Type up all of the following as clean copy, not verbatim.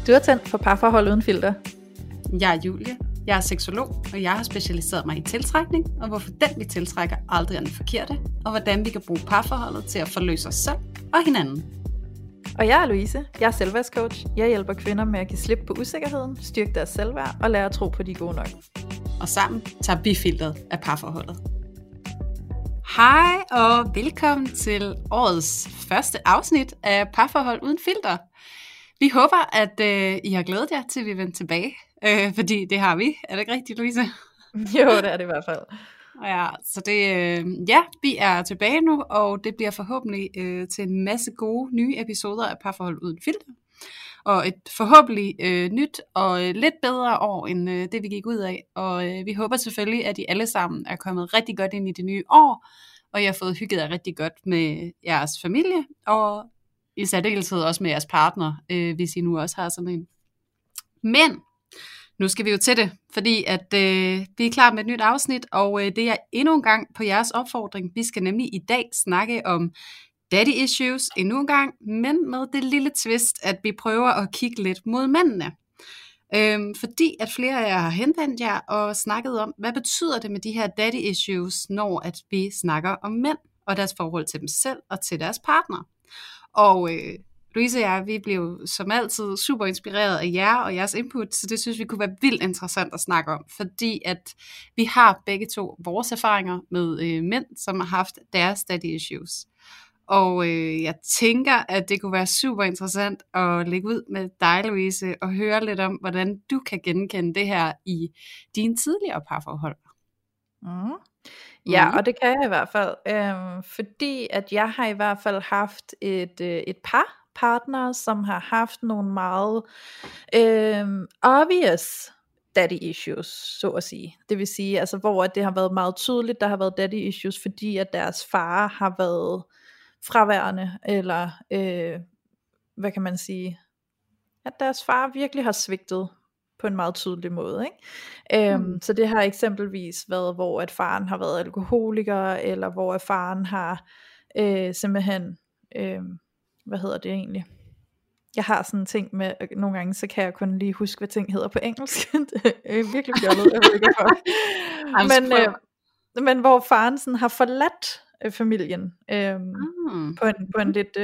Du er tændt for parforhold uden filter. Jeg er Julie, jeg er seksolog, og jeg har specialiseret mig i tiltrækning, og hvorfor den vi tiltrækker aldrig er den forkerte, og hvordan vi kan bruge parforholdet til at forløse os selv og hinanden. Og jeg er Louise, jeg er selvværdscoach. Jeg hjælper kvinder med at give slip på usikkerheden, styrke deres selvværd og lære at tro på, de er gode nok. Og sammen tager vi filteret af parforholdet. Hej og velkommen til årets første afsnit af Parforhold uden filter. Vi håber, at I har glædet jer til, at vi vender tilbage, fordi det har vi. Er det ikke rigtigt, Louise? Jo, det er det i hvert fald. Ja, så vi er tilbage nu, og det bliver forhåbentlig til en masse gode nye episoder af Parforhold uden filter. Og et forhåbentlig nyt og lidt bedre år, end det vi gik ud af. Og vi håber selvfølgelig, at I alle sammen er kommet rigtig godt ind i det nye år, og I har fået hygget jer rigtig godt med jeres familie, og i særdeleshed også med jeres partner, hvis I nu også har sådan en. Men nu skal vi jo til det, fordi at vi er klar med et nyt afsnit, og det er endnu en gang på jeres opfordring. Vi skal nemlig i dag snakke om daddy issues endnu en gang, men med det lille twist, at vi prøver at kigge lidt mod mændene. Fordi at flere af jer har henvendt jer og snakket om, hvad betyder det med de her daddy issues, når at vi snakker om mænd og deres forhold til dem selv og til deres partner. Og Louise og jeg, vi blev som altid super inspireret af jer og jeres input, så det synes vi kunne være vildt interessant at snakke om, fordi at vi har begge to vores erfaringer med mænd, som har haft deres daddy issues. Og jeg tænker, at det kunne være super interessant at lægge ud med dig, Louise, og høre lidt om, hvordan du kan genkende det her i dine tidligere parforhold. Ja, og det kan jeg i hvert fald, fordi at jeg har i hvert fald haft et par partnere, som har haft nogle meget obvious daddy issues, så at sige. Det vil sige, altså hvor det har været meget tydeligt, der har været daddy issues, fordi at deres far har været fraværende, eller hvad kan man sige, at deres far virkelig har svigtet på en meget tydelig måde, ikke? Så det har eksempelvis været, hvor at faren har været alkoholiker, eller hvor at faren har simpelthen, hvad hedder det egentlig? Jeg har sådan en ting med, nogle gange så kan jeg kun lige huske, hvad ting hedder på engelsk. Det er virkelig fjollet, jeg ved ikke hvorfor. Men hvor faren sådan har forladt familien på en lidt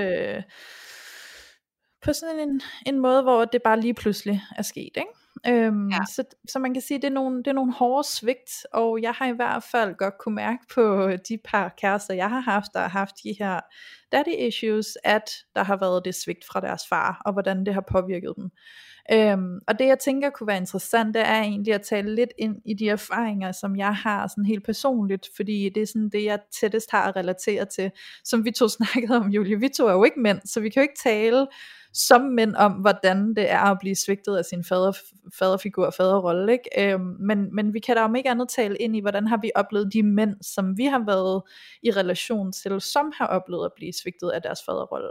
på sådan en måde, hvor det bare lige pludselig er sket, ikke? Så man kan sige, det er nogle hårde svigt, og jeg har i hvert fald godt kunne mærke på de par kærester, jeg har haft, der har haft de her daddy issues, at der har været det svigt fra deres far, og hvordan det har påvirket dem. Og det jeg tænker kunne være interessant, det er egentlig at tale lidt ind i de erfaringer, som jeg har sådan helt personligt, fordi det er sådan det jeg tættest har at relatere til, som vi to snakkede om, Julie. Vi to er jo ikke mænd, så vi kan jo ikke tale som mænd om, hvordan det er at blive svigtet af sin faderfigur og faderrolle, ikke? Men vi kan da om ikke andet tale ind i, hvordan har vi oplevet de mænd, som vi har været i relation til, som har oplevet at blive svigtet af deres faderrolle.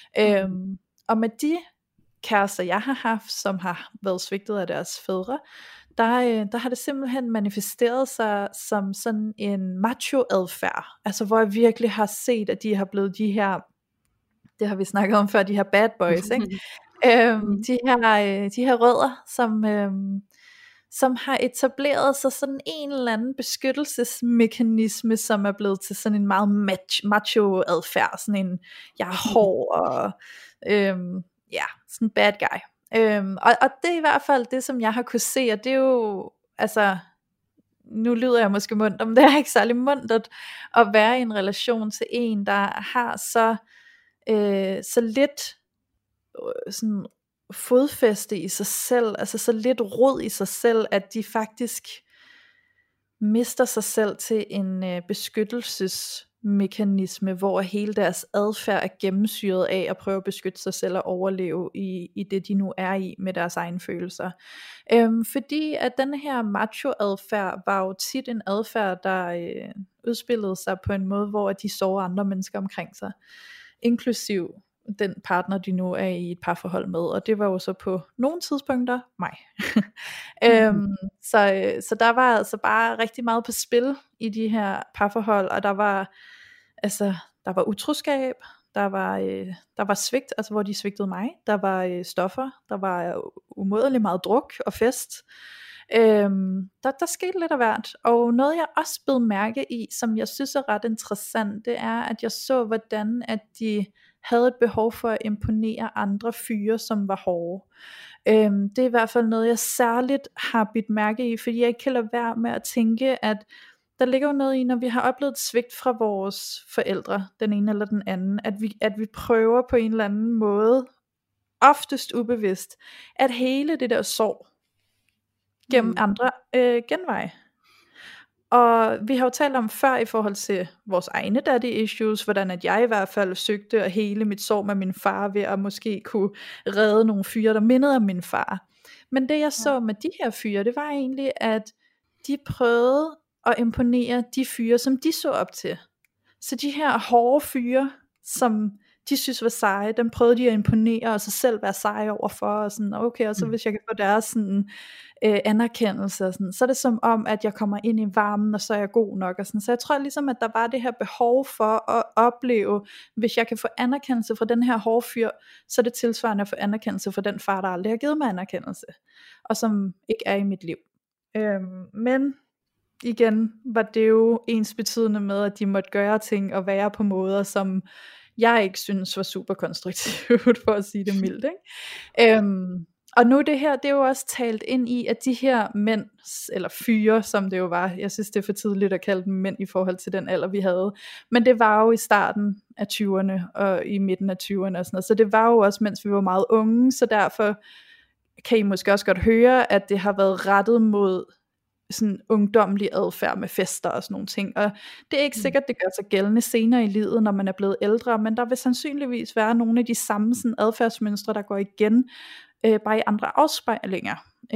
Og med de kærester jeg har haft, som har været svigtet af deres fædre, der har det simpelthen manifesteret sig som sådan en macho adfærd, altså hvor jeg virkelig har set, at de har blevet de her, det har vi snakket om før, de her bad boys, ikke? De her rødder, som har etableret sig sådan en eller anden beskyttelsesmekanisme, som er blevet til sådan en meget macho adfærd, sådan en, jeg er hård og sådan en bad guy. Og det er i hvert fald det, som jeg har kunne se, og det er jo, altså, nu lyder jeg måske munter, men det er ikke særlig muntert at være i en relation til en, der har så lidt sådan fodfæste i sig selv, altså så lidt rod i sig selv, at de faktisk mister sig selv til en beskyttelsesmekanisme, hvor hele deres adfærd er gennemsyret af at prøve at beskytte sig selv og overleve i det de nu er i med deres egne følelser. Fordi at den her macho adfærd var jo tit en adfærd, der udspillede sig på en måde, hvor de sårer andre mennesker omkring sig, inklusiv den partner de nu er i et parforhold med, og det var jo så på nogle tidspunkter mig. Så der var altså bare rigtig meget på spil i de her parforhold, og der var utroskab, Der var svigt, altså hvor de svigtede mig. Der var stoffer, der var umådelig meget druk og fest. Der skete lidt af hvert. Og noget jeg også blev mærke i, som jeg synes er ret interessant, det er, at jeg så, hvordan at de havde et behov for at imponere andre fyre, som var hårde. Det er i hvert fald noget, jeg særligt har bidt mærke i, fordi jeg ikke kan lade være med at tænke, at der ligger jo noget i, når vi har oplevet et svigt fra vores forældre, den ene eller den anden, at vi prøver på en eller anden måde, oftest ubevidst, at hele det der sorg gennem andre genveje. Og vi har jo talt om før i forhold til vores egne daddy issues, hvordan at jeg i hvert fald søgte at hele mit sorg med min far ved at måske kunne redde nogle fyre, der mindede om min far. Men det jeg så med de her fyre, det var egentlig, at de prøvede at imponere de fyre, som de så op til. Så de her hårde fyre, som de synes var seje, dem prøvede de at imponere og sig selv være seje overfor, og sådan, okay, og så hvis jeg kan få deres sådan, anerkendelse, og sådan, så er det som om, at jeg kommer ind i varmen, og så er jeg god nok, og sådan. Så jeg tror ligesom, at der var det her behov for at opleve, hvis jeg kan få anerkendelse fra den her hårde fyr, så er det tilsvarende at få anerkendelse fra den far, der aldrig har givet mig anerkendelse, og som ikke er i mit liv. Men igen var det jo ensbetydende med, at de måtte gøre ting og være på måder, som jeg ikke synes var super konstruktivt, for at sige det mildt, ikke? Og nu det her, det er jo også talt ind i, at de her mænd, eller fyre, som det jo var, jeg synes det er for tidligt at kalde dem mænd i forhold til den alder vi havde, men det var jo i starten af 20'erne, og i midten af 20'erne og sådan noget, så det var jo også, mens vi var meget unge, så derfor kan I måske også godt høre, at det har været rettet mod sådan ungdommelig adfærd med fester og sådan nogle ting, og det er ikke sikkert det gør sig gældende senere i livet, når man er blevet ældre, men der vil sandsynligvis være nogle af de samme sådan adfærdsmønstre, der går igen, bare i andre afspejlinger.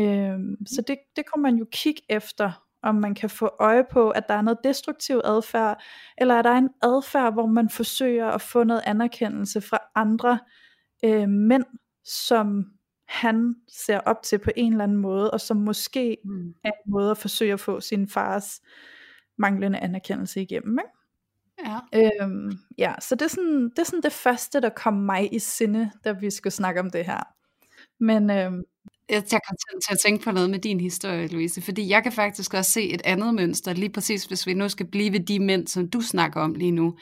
Så det kunne man jo kigge efter, om man kan få øje på, at der er noget destruktiv adfærd, eller er der en adfærd, hvor man forsøger at få noget anerkendelse fra andre mænd, som han ser op til på en eller anden måde, og som måske er en måde at forsøge at få sin fars manglende anerkendelse igennem, ikke? Ja. Så det er sådan det første, der kom mig i sinde, da vi skulle snakke om det her. Men jeg kommer til at tænke på noget med din historie, Louise, fordi jeg kan faktisk også se et andet mønster, lige præcis hvis vi nu skal blive ved de mænd, som du snakker om lige nu,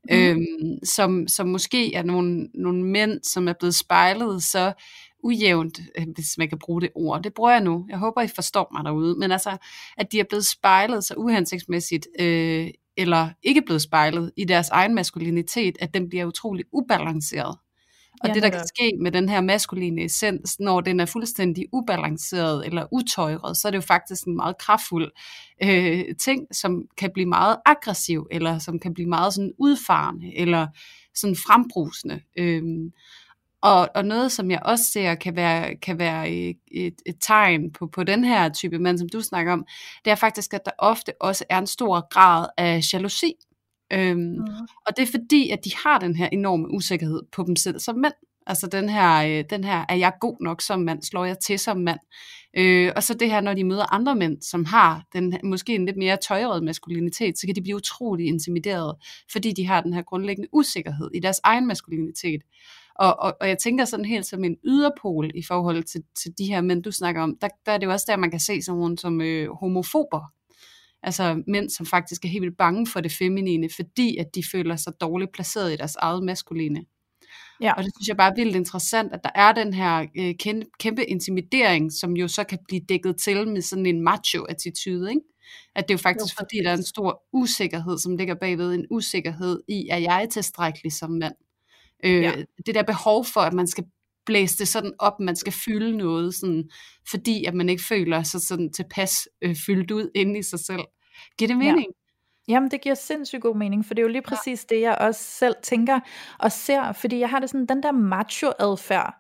som måske er nogle mænd, som er blevet spejlet så ujævnt, hvis man kan bruge det ord. Det bruger jeg nu. Jeg håber, I forstår mig derude. Men altså, at de er blevet spejlet så uhensigtsmæssigt, eller ikke blevet spejlet i deres egen maskulinitet, at den bliver utrolig ubalanceret. Og det, der kan ske med den her maskuline essens, når den er fuldstændig ubalanceret eller utøjret, så er det jo faktisk en meget kraftfuld ting, som kan blive meget aggressiv, eller som kan blive meget sådan udfarende, eller sådan frembrusende. Og noget, som jeg også ser, kan være et tegn på den her type mand, som du snakker om, det er faktisk, at der ofte også er en stor grad af jalousi. Og det er fordi, at de har den her enorme usikkerhed på dem selv som mænd. Altså den her, er jeg god nok som mand, slår jeg til som mand. Og så det her, når de møder andre mænd, som har måske en lidt mere tøjret maskulinitet, så kan de blive utrolig intimideret, fordi de har den her grundlæggende usikkerhed i deres egen maskulinitet. Og jeg tænker sådan helt som en yderpol i forhold til de her mænd, du snakker om, der er det jo også der, man kan se sådan nogle som homofober. Altså mænd, som faktisk er helt vildt bange for det feminine, fordi at de føler sig dårligt placeret i deres eget maskuline. Ja. Og det synes jeg bare er vildt interessant, at der er den her kæmpe intimidering, som jo så kan blive dækket til med sådan en macho-attitude, ikke? At det er jo faktisk fordi, der er en stor usikkerhed, som ligger bagved, en usikkerhed i, er jeg tilstrækkelig som mand? Det der behov for, at man skal blæse det sådan op, man skal fylde noget, sådan, fordi at man ikke føler sig sådan tilpas fyldt ud inde i sig selv. Giver det mening? Jamen det giver sindssygt god mening, for det er jo lige præcis det, jeg også selv tænker og ser, fordi jeg har det sådan, den der macho-adfærd,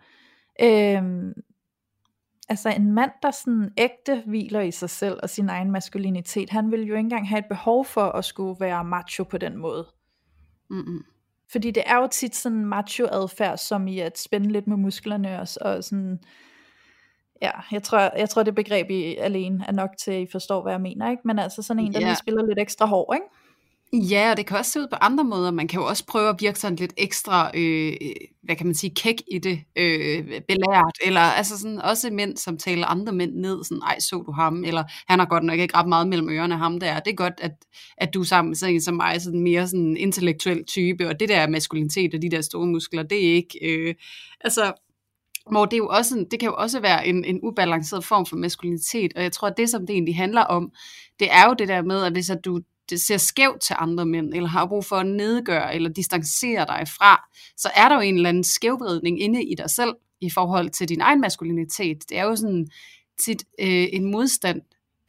altså en mand, der sådan ægte hviler i sig selv og sin egen maskulinitet, han vil jo ikke engang have et behov for at skulle være macho på den måde. Fordi det er jo tit sådan macho-adfærd, som i at spænde lidt med musklerne og sådan, ja, jeg tror det begreb I alene er nok til, at I forstår, hvad jeg mener, ikke? Men altså sådan en, der lige spiller lidt ekstra hård, ikke? Ja, og det kan også se ud på andre måder. Man kan jo også prøve at virke sådan lidt ekstra, hvad kan man sige, kæk i det, belært, eller altså sådan også mænd, som taler andre mænd ned, sådan, ej, så du ham, eller han har godt nok ikke ret meget mellem ørerne, ham der. Det er godt, at du er sammen med sådan en som mig, sådan mere sådan intellektuel type, og det der maskulinitet og de der store muskler, det er ikke, altså, hvor det, er jo også det kan jo også være en ubalanceret form for maskulinitet, og jeg tror, at det, som det egentlig handler om, det er jo det der med, at hvis at du det ser skævt til andre mænd, eller har brug for at nedgøre, eller distancere dig fra, så er der jo en eller anden skævvridning inde i dig selv, i forhold til din egen maskulinitet. Det er jo sådan tit en modstand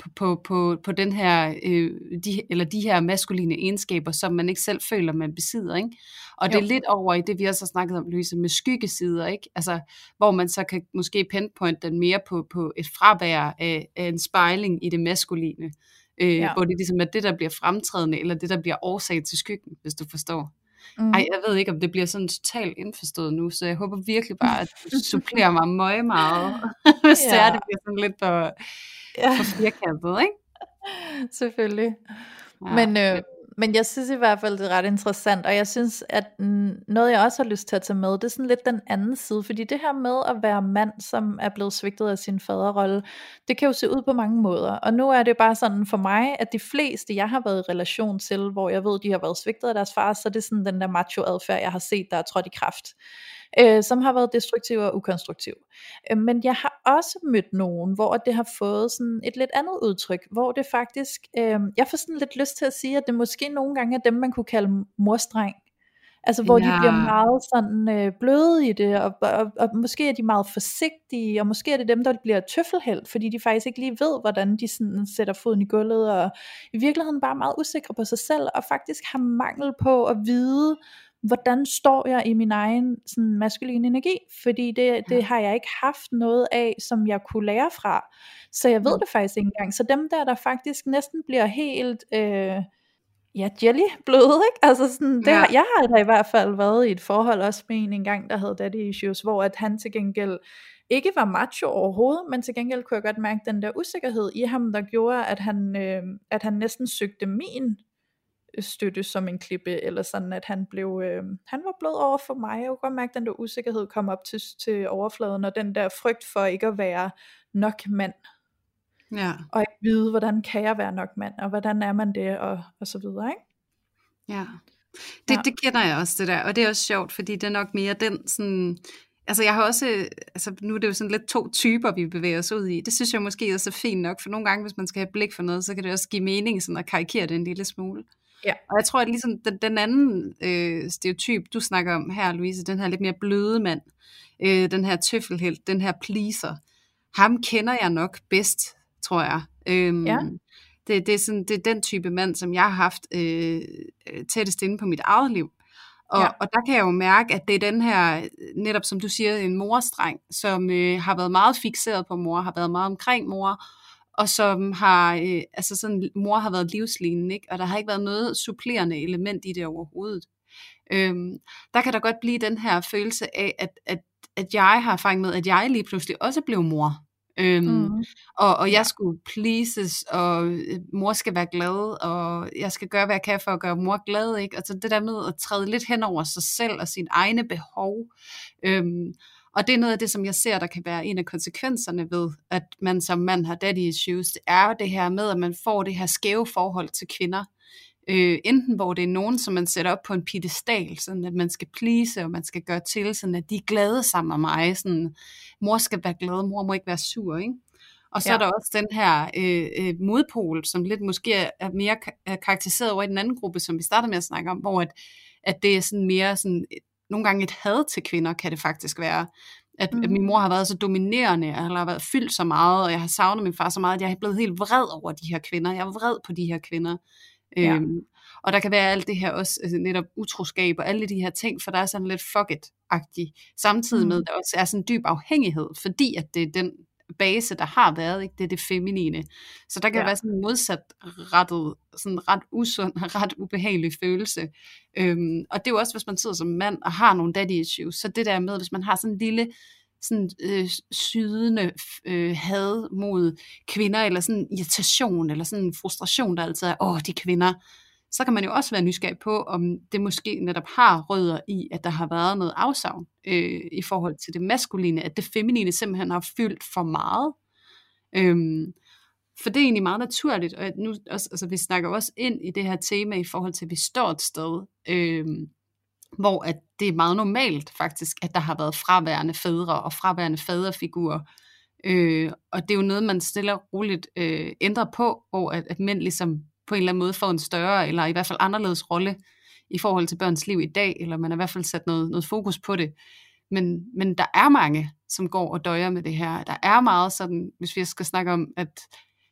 på den her, de her maskuline egenskaber, som man ikke selv føler, man besidder, ikke? Og det er lidt over i det, vi også har snakket om, Louise, med skyggesider, ikke? Altså, hvor man så kan måske pinpointe den mere på et fravær af en spejling i det maskuline, hvor det ligesom er det, der bliver fremtrædende, eller det, der bliver årsag til skyggen, hvis du forstår. Ej, jeg ved ikke, om det bliver sådan totalt indforstået nu, så jeg håber virkelig bare, at du supplerer mig meget, hvis det er, det bliver sådan lidt for firkantet, ikke? Selvfølgelig. Ja. Men jeg synes i hvert fald, det er ret interessant, og jeg synes, at noget jeg også har lyst til at tage med, det er sådan lidt den anden side, fordi det her med at være mand, som er blevet svigtet af sin faderrolle, det kan jo se ud på mange måder, og nu er det bare sådan for mig, at de fleste, jeg har været i relation til, hvor jeg ved, de har været svigtet af deres far, så det er sådan den der macho adfærd, jeg har set, der er trådt i kraft, som har været destruktiv og ukonstruktiv. Men jeg har også mødt nogen, hvor det har fået sådan et lidt andet udtryk, hvor det faktisk, jeg får sådan lidt lyst til at sige, at det måske nogle gange er dem, man kunne kalde morstreng. Altså hvor de bliver meget sådan bløde i det, og måske er de meget forsigtige, og måske er det dem, der bliver tøffelhelt, fordi de faktisk ikke lige ved, hvordan de sådan sætter foden i gulvet, og i virkeligheden bare meget usikre på sig selv, og faktisk har mangel på at vide, hvordan står jeg i min egen sådan maskuline energi, fordi det har jeg ikke haft noget af, som jeg kunne lære fra, så jeg ved det faktisk ikke engang. Så dem der faktisk næsten bliver helt jellybløde, ikke? Altså sådan, jeg har da i hvert fald været i et forhold også med en gang, der havde daddy issues, hvor at han til gengæld ikke var macho overhovedet, men til gengæld kunne jeg godt mærke den der usikkerhed i ham, der gjorde, at han næsten søgte min støtte som en klippe, eller sådan, at han var blød over for mig. Jeg kunne godt mærke, at den der usikkerhed kom op til overfladen, og den der frygt for ikke at være nok mand. Ja. Og ikke vide, hvordan kan jeg være nok mand, og hvordan er man det, og så videre, ikke? Ja. Det kender jeg også, det der, og det er også sjovt, fordi det er nok mere den sådan, altså jeg har også, altså nu er det jo sådan lidt to typer, vi bevæger os ud i. Det synes jeg måske også er fint nok, for nogle gange, hvis man skal have blik for noget, så kan det også give mening sådan at karikere det en lille smule. Ja. Og jeg tror, at ligesom den anden stereotyp, du snakker om her, Louise, den her lidt mere bløde mand, den her tøffelhelt, den her pleaser, ham kender jeg nok bedst, tror jeg. Det er den type mand, som jeg har haft tættest inde på mit eget liv. Og der kan jeg jo mærke, at det er den her, netop som du siger, en morstreng, som har været meget fikseret på mor, har været meget omkring mor, og som har, altså sådan, mor har været livslinjen, ikke? Og der har ikke været noget supplerende element i det overhovedet. Der kan der godt blive den her følelse af, at jeg har erfaring med, at jeg lige pludselig også blev mor. Og jeg skulle pleases, og mor skal være glad, og jeg skal gøre, hvad jeg kan for at gøre mor glad, ikke? Altså det der med at træde lidt hen over sig selv og sine egne behov. Og det er noget af det, som jeg ser, der kan være en af konsekvenserne ved, at man som mand har daddy issues. Det er det her med, at man får det her skæve forhold til kvinder. Enten hvor det er nogen, som man sætter op på en piedestal, sådan at man skal please, og man skal gøre til, sådan at de er glade sammen med mig. Sådan, mor skal være glad, mor må ikke være sur, ikke? Og så er der også den her modpol, som lidt måske er mere karakteriseret over i den anden gruppe, som vi startede med at snakke om, hvor at det er sådan mere sådan, nogle gange et had til kvinder, kan det faktisk være. At min mor har været så dominerende, eller har været fyldt så meget, og jeg har savnet min far så meget, at jeg er blevet helt vred over de her kvinder. Jeg er vred på de her kvinder. Og der kan være alt det her også, altså netop utroskab og alle de her ting, for der er sådan lidt fuck it-agtigt, samtidig med, at der også er sådan en dyb afhængighed, fordi at det er den base, der har været, ikke? Det er det feminine. Så der kan være sådan en modsatrettet, sådan ret usund og ret ubehagelig følelse. Og det er jo også, hvis man sidder som mand og har nogle daddy issues, så det der med, hvis man har sådan en lille sådan sydende had mod kvinder, eller sådan irritation, eller sådan en frustration, der altid er, de kvinder, så kan man jo også være nysgerrig på, om det måske netop har rødder i, at der har været noget afsavn i forhold til det maskuline, at det feminine simpelthen har fyldt for meget. For det er egentlig meget naturligt, og nu også, altså, vi snakker også ind i det her tema i forhold til, at vi står et sted, hvor at det er meget normalt faktisk, at der har været fraværende fædre og fraværende faderfigurer. Og det er jo noget, man stille og roligt ændrer på, hvor at mænd ligesom på en eller anden måde får en større, eller i hvert fald anderledes rolle i forhold til børns liv i dag, eller man har i hvert fald sat noget fokus på det. Men der er mange, som går og døjer med det her. Der er meget sådan, hvis vi skal snakke om, at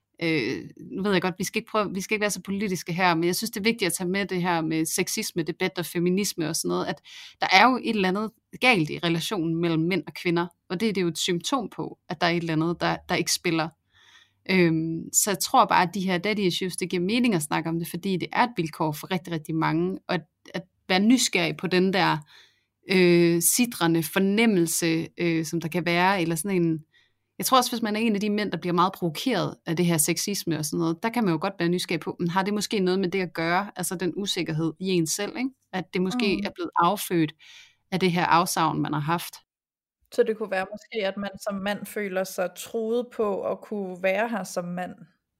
nu ved jeg godt, vi skal ikke være så politiske her, men jeg synes, det er vigtigt at tage med det her med sexisme, debat og feminisme og sådan noget, at der er jo et eller andet galt i relationen mellem mænd og kvinder, og det er jo et symptom på, at der er et eller andet, der ikke spiller. Så jeg tror bare, at de her daddy issues, det giver mening at snakke om det, fordi det er et vilkår for rigtig, rigtig mange, og at være nysgerrig på den der sidrende fornemmelse, som der kan være, eller sådan en. Jeg tror også, hvis man er en af de mænd, der bliver meget provokeret af det her sexisme og sådan noget, der kan man jo godt være nysgerrig på, men har det måske noget med det at gøre, altså den usikkerhed i en selv, ikke? At det måske er blevet affødt af det her afsavn, man har haft. Så det kunne være måske, at man som mand føler sig truet på at kunne være her som mand.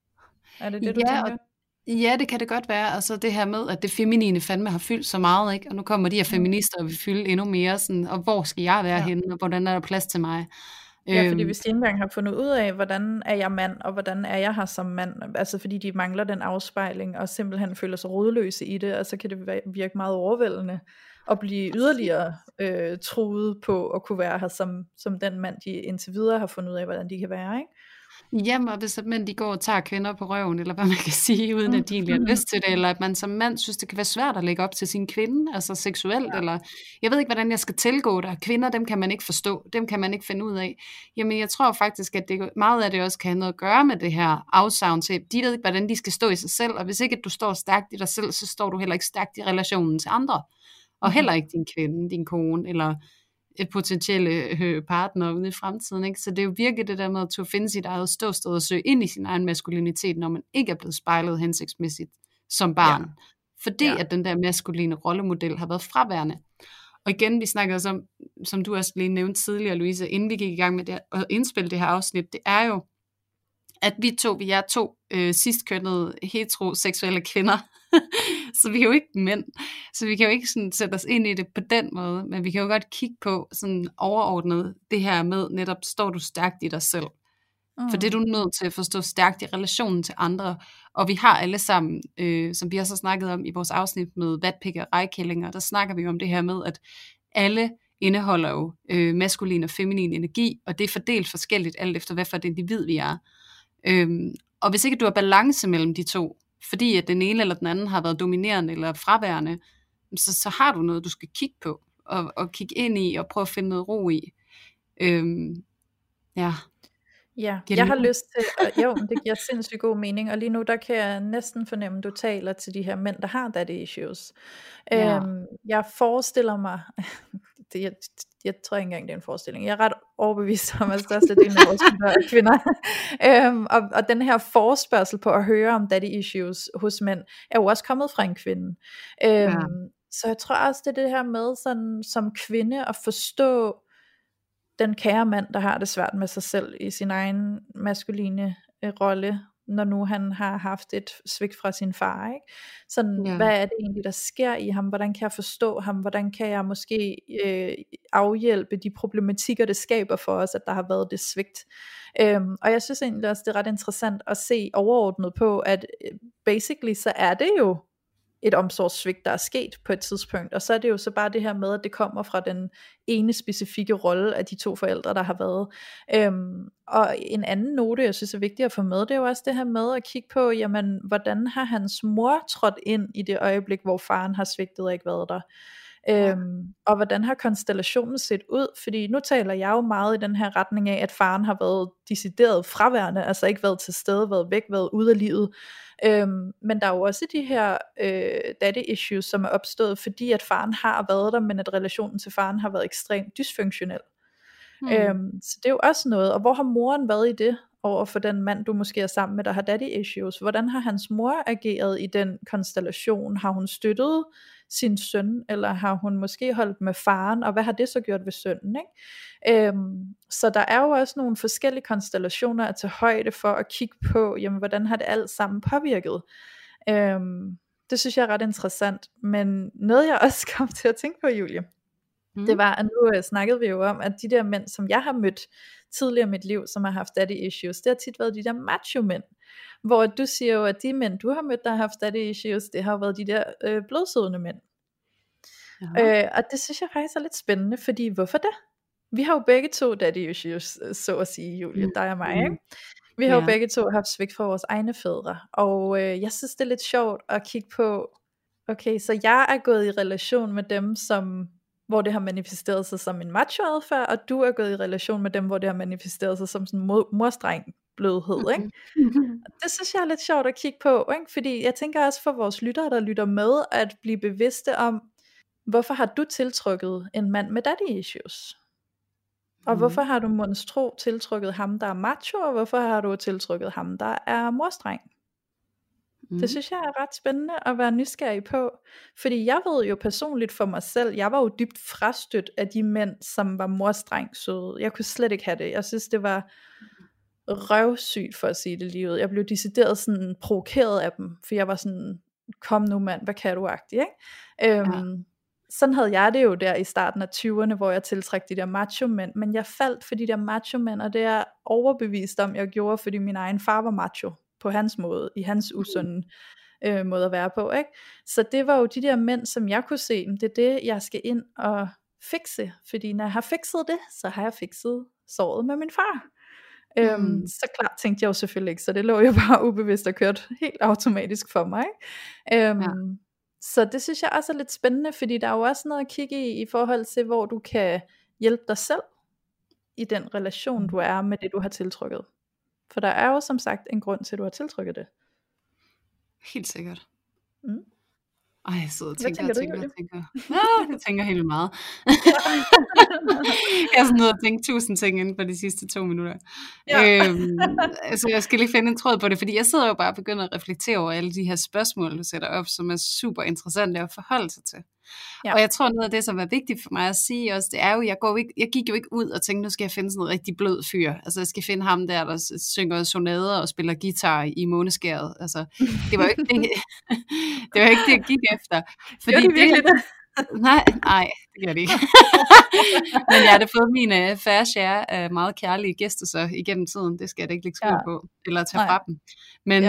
Er det det, du tænker? Ja, det kan det godt være. Altså det her med, at det feminine fandme har fyldt så meget, ikke? Og nu kommer de her feminister og vil fylde endnu mere, sådan, og hvor skal jeg være henne, og hvordan er der plads til mig? Ja, fordi hvis de ikke engang har fundet ud af, hvordan er jeg mand, og hvordan er jeg her som mand, altså fordi de mangler den afspejling, og simpelthen føler sig rodløse i det, og så kan det virke meget overvældende, at blive yderligere truet på at kunne være her som den mand, de indtil videre har fundet ud af, hvordan de kan være, ikke? Jamen, og hvis mænd de går og tager kvinder på røven, eller hvad man kan sige, uden at de egentlig har lyst til det, eller at man som mand synes, det kan være svært at lægge op til sin kvinde, altså seksuelt, eller jeg ved ikke, hvordan jeg skal tilgå det. Kvinder, dem kan man ikke forstå, dem kan man ikke finde ud af. Jamen, jeg tror faktisk, at det, meget af det også kan have noget at gøre med det her afsavn til. De ved ikke, hvordan de skal stå i sig selv, og hvis ikke at du står stærkt i dig selv, så står du heller ikke stærkt i relationen til andre, og heller ikke din kvinde, din kone, eller et potentielle partner ude i fremtiden, ikke? Så det er jo virkelig det der med at finde sit eget ståsted og søge ind i sin egen maskulinitet, når man ikke er blevet spejlet hensigtsmæssigt som barn. Ja. Fordi at den der maskuline rollemodel har været fraværende. Og igen, vi snakker også om, som du også lige nævnte tidligere, Louise, inden vi gik i gang med det, at indspille det her afsnit, det er jo, at vi er to sidstkønnede heteroseksuelle kvinder, så vi er jo ikke mænd, så vi kan jo ikke sådan sætte os ind i det på den måde, men vi kan jo godt kigge på sådan overordnet det her med netop, står du stærkt i dig selv, for det er du nødt til at forstå stærkt i relationen til andre, og vi har alle sammen, som vi også har snakket om i vores afsnit med vatpikke og rejkællinger, der snakker vi om det her med, at alle indeholder jo maskulin og feminin energi, og det er fordelt forskelligt alt efter hvad for et individ vi er. Og hvis ikke du har balance mellem de to, fordi at den ene eller den anden har været dominerende eller fraværende, så har du noget, du skal kigge på, og kigge ind i, og prøve at finde noget ro i. Ja, jeg har lyst til, jo, det giver sindssygt god mening, og lige nu der kan jeg næsten fornemme, at du taler til de her mænd, der har daddy issues. Jeg forestiller mig, jeg tror ikke engang, det er en forestilling, jeg er ret overbevist om, at størstedelen af vores er kvinder, og den her forespørgsel på at høre om daddy issues hos mænd, er jo også kommet fra en kvinde. Så jeg tror også, det er det her med sådan, som kvinde at forstå den kære mand, der har det svært med sig selv i sin egen maskuline rolle, når nu han har haft et svigt fra sin far, ikke? Sådan, hvad er det egentlig, der sker i ham? Hvordan kan jeg forstå ham? Hvordan kan jeg måske afhjælpe de problematikker, det skaber for os, at der har været det svigt? Og jeg synes egentlig også, det er ret interessant at se overordnet på, at basically så er det jo et omsorgssvigt, der er sket på et tidspunkt, og så er det jo så bare det her med, at det kommer fra den ene specifikke rolle af de to forældre, der har været. Og en anden note, jeg synes er vigtigt at få med, det er jo også det her med at kigge på, jamen, hvordan har hans mor trådt ind i det øjeblik, hvor faren har svigtet og ikke været der. Og hvordan har konstellationen set ud, fordi nu taler jeg jo meget i den her retning af, at faren har været decideret fraværende, altså ikke været til stede, været væk, været ude af livet. Men der er jo også de her daddy issues, som er opstået, fordi at faren har været der, men at relationen til faren har været ekstremt dysfunktionel. Så det er jo også noget, og hvor har moren været i det? over for den mand, du måske er sammen med, der har daddy issues? Hvordan har hans mor ageret i den konstellation? Har hun støttet sin søn, eller har hun måske holdt med faren, og hvad har det så gjort ved sønnen, ikke? Så der er jo også nogle forskellige konstellationer at tage højde for at kigge på, jamen hvordan har det alt sammen påvirket? Det synes jeg er ret interessant, men noget jeg også kom til at tænke på, Julie, det var, at nu snakkede vi jo om, at de der mænd, som jeg har mødt tidligere i mit liv, som har haft daddy issues, det har tit været de der macho mænd, hvor du siger jo, at de mænd, du har mødt, der har haft daddy issues, det har jo været de der blodsødende mænd. Og det synes jeg faktisk er lidt spændende, fordi hvorfor det? Vi har jo begge to daddy issues, så at sige, Julie, dig og mig, ikke? Vi har jo begge to haft svigt fra vores egne fædre, og jeg synes det er lidt sjovt at kigge på, okay, så jeg er gået i relation med dem, hvor det har manifesteret sig som en macho adfærd, og du er gået i relation med dem, hvor det har manifesteret sig som sådan morstreng blødhed, ikke? Det synes jeg er lidt sjovt at kigge på, ikke? Fordi jeg tænker også for vores lyttere, der lytter med, at blive bevidste om, hvorfor har du tiltrykket en mand med daddy issues? Og hvorfor har du monstro tiltrykket ham, der er macho, og hvorfor har du tiltrykket ham, der er morstreng? Det synes jeg er ret spændende at være nysgerrig på, fordi jeg ved jo personligt for mig selv, jeg var jo dybt frastødt af de mænd, som var morstreng søde. Jeg kunne slet ikke have det. Jeg synes det var røvsygt, for at sige det lige ud. Jeg blev decideret sådan provokeret af dem, for jeg var sådan, kom nu mand, hvad kan du agtigt, ikke? Sådan havde jeg det jo der i starten af 20'erne, hvor jeg tiltræk de der macho mænd, men jeg faldt for de der macho mænd, og det er jeg overbevist om, jeg gjorde, fordi min egen far var macho på hans måde, i hans usunde måde at være på, ikke? Så det var jo de der mænd, som jeg kunne se, det er det, jeg skal ind og fikse, fordi når jeg har fikset det, så har jeg fikset såret med min far. Så klart tænkte jeg jo selvfølgelig ikke, så det lå jo bare ubevidst og kørt helt automatisk for mig, ikke? Så det synes jeg også er lidt spændende, fordi der er jo også noget at kigge i forhold til, hvor du kan hjælpe dig selv i den relation, du er med det, du har tiltrykket. For der er jo som sagt en grund til, at du har tiltrykket det. Helt sikkert. Ej, jeg sidder og jeg tænker helt meget. Jeg er sådan nødt at tænke 1000 ting inden for de sidste 2 minutter. Altså jeg skal lige finde en tråd på det, fordi jeg sidder jo bare og begynder at reflektere over alle de her spørgsmål, du sætter op, som er super interessante at forholde sig til. Og jeg tror noget af det, som er vigtigt for mig at sige også, det er jo, jeg gik jo ikke ud og tænkte, nu skal jeg finde sådan noget rigtig blød fyr. Altså jeg skal finde ham der synger sonader og spiller guitar i måneskæret. Altså det var jo ikke det, det var ikke det, jeg gik efter. Fordi det nej, det gør det ikke. Men jeg har da fået min fair share af meget kærlige gæster så igennem tiden. Det skal jeg da ikke lægge skjul på, eller tage fra dem. Men,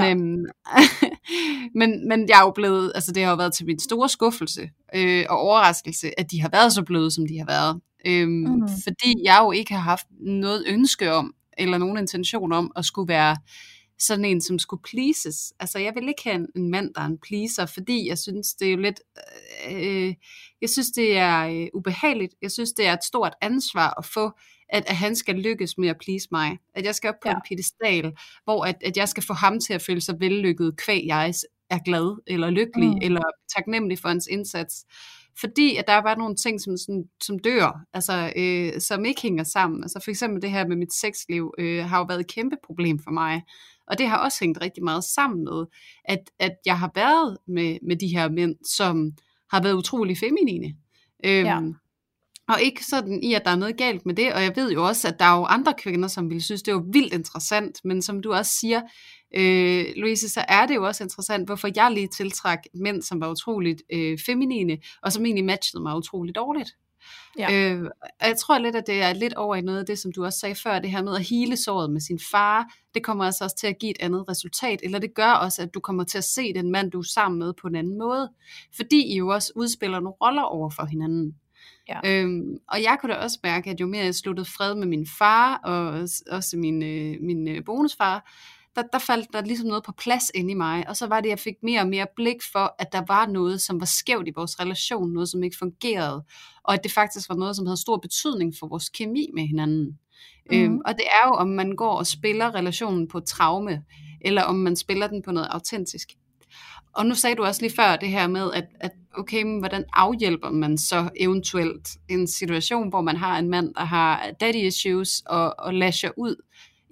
men jeg er jo blevet, altså det har jo været til min store skuffelse og overraskelse, at de har været så bløde, som de har været. Fordi jeg jo ikke har haft noget ønske om, eller nogen intention om, at skulle være sådan en, som skulle pleases. Altså jeg vil ikke have en mand, der er en pleaser, fordi jeg synes, det er jo lidt, jeg synes, det er ubehageligt. Jeg synes, det er et stort ansvar at få, at han skal lykkes med at please mig. At jeg skal op på en piedestal, hvor at jeg skal få ham til at føle sig vellykket, kvæg jeg er glad, eller lykkelig, eller taknemmelig for hans indsats. Fordi at der er bare nogle ting, som dør, altså, som ikke hænger sammen. Altså for eksempel det her med mit sexliv, har jo været et kæmpe problem for mig. Og det har også hængt rigtig meget sammen med, at jeg har været med de her mænd, som har været utrolig feminine. Og ikke sådan i, at der er noget galt med det. Og jeg ved jo også, at der er jo andre kvinder, som ville synes, det var vildt interessant. Men som du også siger, Louise, så er det jo også interessant, hvorfor jeg lige tiltræk mænd, som var utroligt feminine, og som egentlig matchede mig utroligt dårligt. Og jeg tror lidt, at det er lidt over i noget af det, som du også sagde før, det her med at hele såret med sin far, det kommer altså også til at give et andet resultat, eller det gør også, at du kommer til at se den mand, du er sammen med på en anden måde, fordi I jo også udspiller nogle roller over for hinanden. Og jeg kunne da også mærke, at jo mere jeg sluttede fred med min far, og også min bonusfar, der faldt der ligesom noget på plads inde i mig, og så var det, at jeg fik mere og mere blik for, at der var noget, som var skævt i vores relation, noget, som ikke fungerede, og at det faktisk var noget, som havde stor betydning for vores kemi med hinanden. Og det er jo, om man går og spiller relationen på traume, eller om man spiller den på noget autentisk. Og nu sagde du også lige før det her med, at okay, men hvordan afhjælper man så eventuelt en situation, hvor man har en mand, der har daddy issues og lasher ud i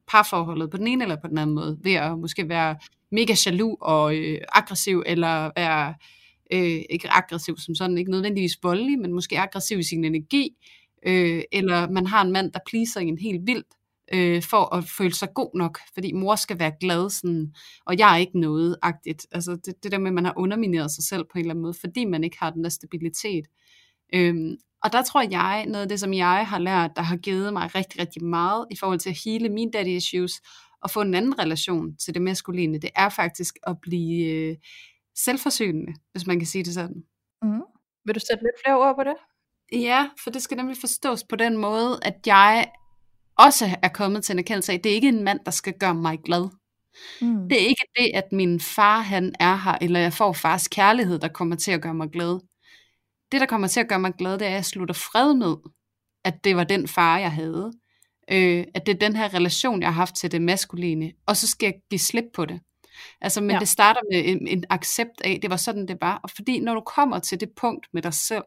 parforholdet på den ene eller på den anden måde, ved at måske være mega jaloux og aggressiv, eller være ikke aggressiv som sådan, ikke nødvendigvis voldelig, men måske aggressiv i sin energi, eller man har en mand, der pleaser en helt vildt, for at føle sig god nok, fordi mor skal være glad, sådan, og jeg er ikke noget-agtigt. Altså det der med, at man har undermineret sig selv på en eller anden måde, fordi man ikke har den der stabilitet. Og der tror jeg, noget af det, som jeg har lært, der har givet mig rigtig, rigtig meget, i forhold til at hele mine daddy issues, og få en anden relation til det maskuline, det er faktisk at blive selvforsynende, hvis man kan sige det sådan. Vil du sætte lidt flere ord på det? Ja, for det skal nemlig forstås på den måde, at jeg også er kommet til en erkendelse af, at det er ikke en mand, der skal gøre mig glad. Det er ikke det, at min far han er her, eller jeg får fars kærlighed, der kommer til at gøre mig glad. Det, der kommer til at gøre mig glad, det er, at jeg slutter fred med, at det var den far, jeg havde. At det er den her relation, jeg har haft til det maskuline, og så skal jeg give slip på det. Altså, men det starter med en accept af, det var sådan, det var. Og fordi når du kommer til det punkt med dig selv,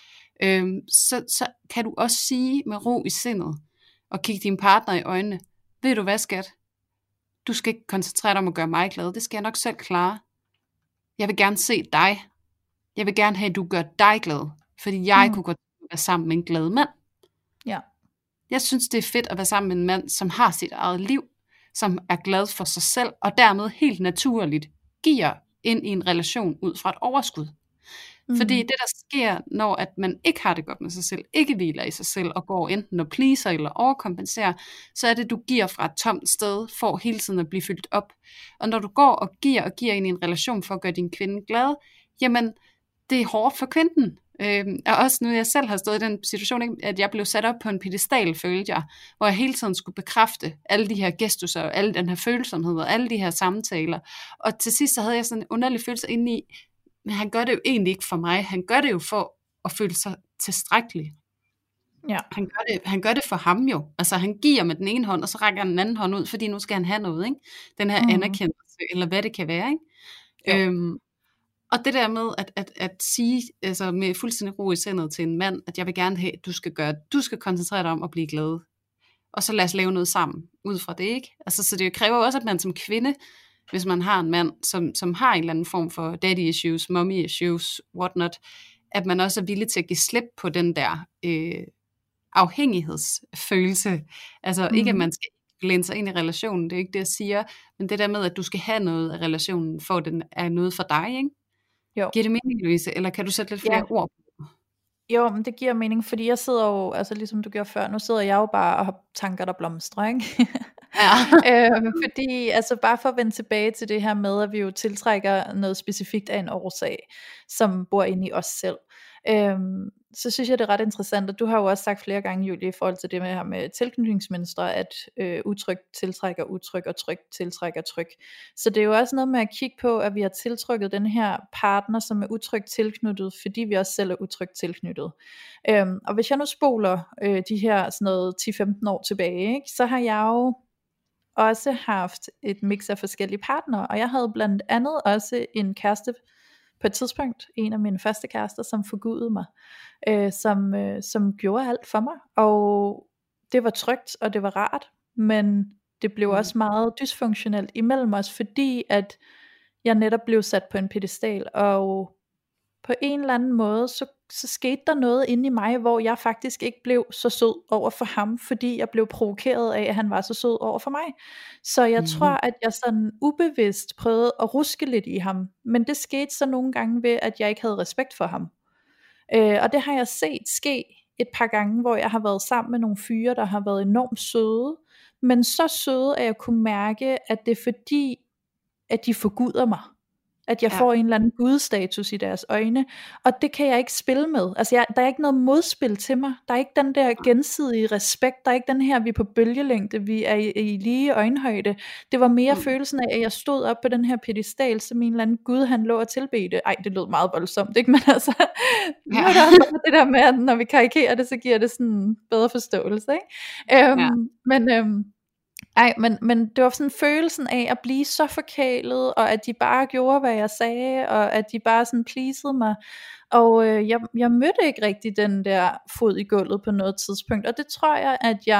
så kan du også sige med ro i sindet, og kigge din partner i øjnene, ved du hvad, skat? Du skal ikke koncentrere dig om at gøre mig glad, det skal jeg nok selv klare. Jeg vil gerne se dig. Jeg vil gerne have, at du gør dig glad, fordi jeg kunne godt være sammen med en glad mand. Ja. Jeg synes, det er fedt at være sammen med en mand, som har sit eget liv, som er glad for sig selv, og dermed helt naturligt giver ind i en relation ud fra et overskud. Fordi det, der sker, når at man ikke har det godt med sig selv, ikke hviler i sig selv, og går enten og pleaser eller overkompenserer, så er det, du giver fra et tomt sted, for hele tiden at blive fyldt op. Og når du går og giver ind i en relation for at gøre din kvinde glad, jamen, det er hårdt for kvinden. Og også nu jeg selv har stået i den situation, ikke, at jeg blev sat op på en pedestal, følte jeg, hvor jeg hele tiden skulle bekræfte alle de her gestusser, og alle den her følsomhed, og alle de her samtaler. Og til sidst så havde jeg sådan en underlig følelse inde i, men han gør det jo egentlig ikke for mig. Han gør det jo for at føle sig tilstrækkelig. Ja. Han gør det for ham jo. Altså han giver med den ene hånd, og så rækker han den anden hånd ud, fordi nu skal han have noget, ikke? Den her anerkendelse, eller hvad det kan være, ikke? Og det der med at sige, altså med fuldstændig ro i sindet til en mand, at jeg vil gerne have, at du skal koncentrere dig om at blive glad. Og så lad os lave noget sammen ud fra det, ikke? Altså så det kræver også, at man som kvinde, hvis man har en mand, som har en eller anden form for daddy issues, mommy issues, whatnot, at man også er villig til at give slip på den der afhængighedsfølelse. Altså ikke, at man skal læne sig ind i relationen, det er ikke det, jeg siger, men det der med, at du skal have noget af relationen, for den er noget for dig, ikke? Jo. Giver det mening, Louise? Eller kan du sætte lidt flere ord på? Jo, men det giver mening, fordi jeg sidder jo, altså ligesom du gjorde før, nu sidder jeg jo bare og har tanker, der blomstrer, ikke? Ja. Fordi, altså bare for at vende tilbage til det her med, at vi jo tiltrækker noget specifikt af en årsag, som bor inde i os selv. Så synes jeg, det er ret interessant, og du har jo også sagt flere gange, Julie, i forhold til det med her med tilknytningsmønstre, at utryg tiltrækker utryg, og tryg tiltrækker tryg. Så det er jo også noget med at kigge på, at vi har tiltrykket den her partner, som er utrygt tilknyttet, fordi vi også selv er utrygt tilknyttet. Og hvis jeg nu spoler de her sådan noget 10-15 år tilbage, ikke, så har jeg jo også haft et mix af forskellige partnere, og jeg havde blandt andet også en kæreste på et tidspunkt, en af mine første kærester, som forgudede mig, som gjorde alt for mig, og det var trygt, og det var rart, men det blev også meget dysfunktionelt imellem os, fordi at jeg netop blev sat på en pedestal, og på en eller anden måde, så skete der noget inde i mig, hvor jeg faktisk ikke blev så sød over for ham, fordi jeg blev provokeret af, at han var så sød over for mig. Så jeg tror, at jeg sådan ubevidst prøvede at ruske lidt i ham, men det skete så nogle gange ved, at jeg ikke havde respekt for ham. Og det har jeg set ske et par gange, hvor jeg har været sammen med nogle fyre, der har været enormt søde, men så søde, at jeg kunne mærke, at det er fordi, at de forguder mig. At jeg får en eller anden gudstatus i deres øjne, og det kan jeg ikke spille med. Altså der er ikke noget modspil til mig. Der er ikke den der gensidige respekt. Der er ikke den her, vi er på bølgelængde, vi er i lige øjenhøjde. Det var mere følelsen af, at jeg stod op på den her pedestal, som en eller anden gud, han lå og tilbedte. Ej, det lød meget voldsomt, ikke? Men altså, nu er der også det der med, at når vi karikerer det, så giver det sådan en bedre forståelse, ikke? Men det var sådan følelsen af at blive så forkælet, og at de bare gjorde, hvad jeg sagde, og at de bare sådan pleasede mig, og jeg mødte ikke rigtig den der fod i gulvet på noget tidspunkt, og det tror jeg, at jeg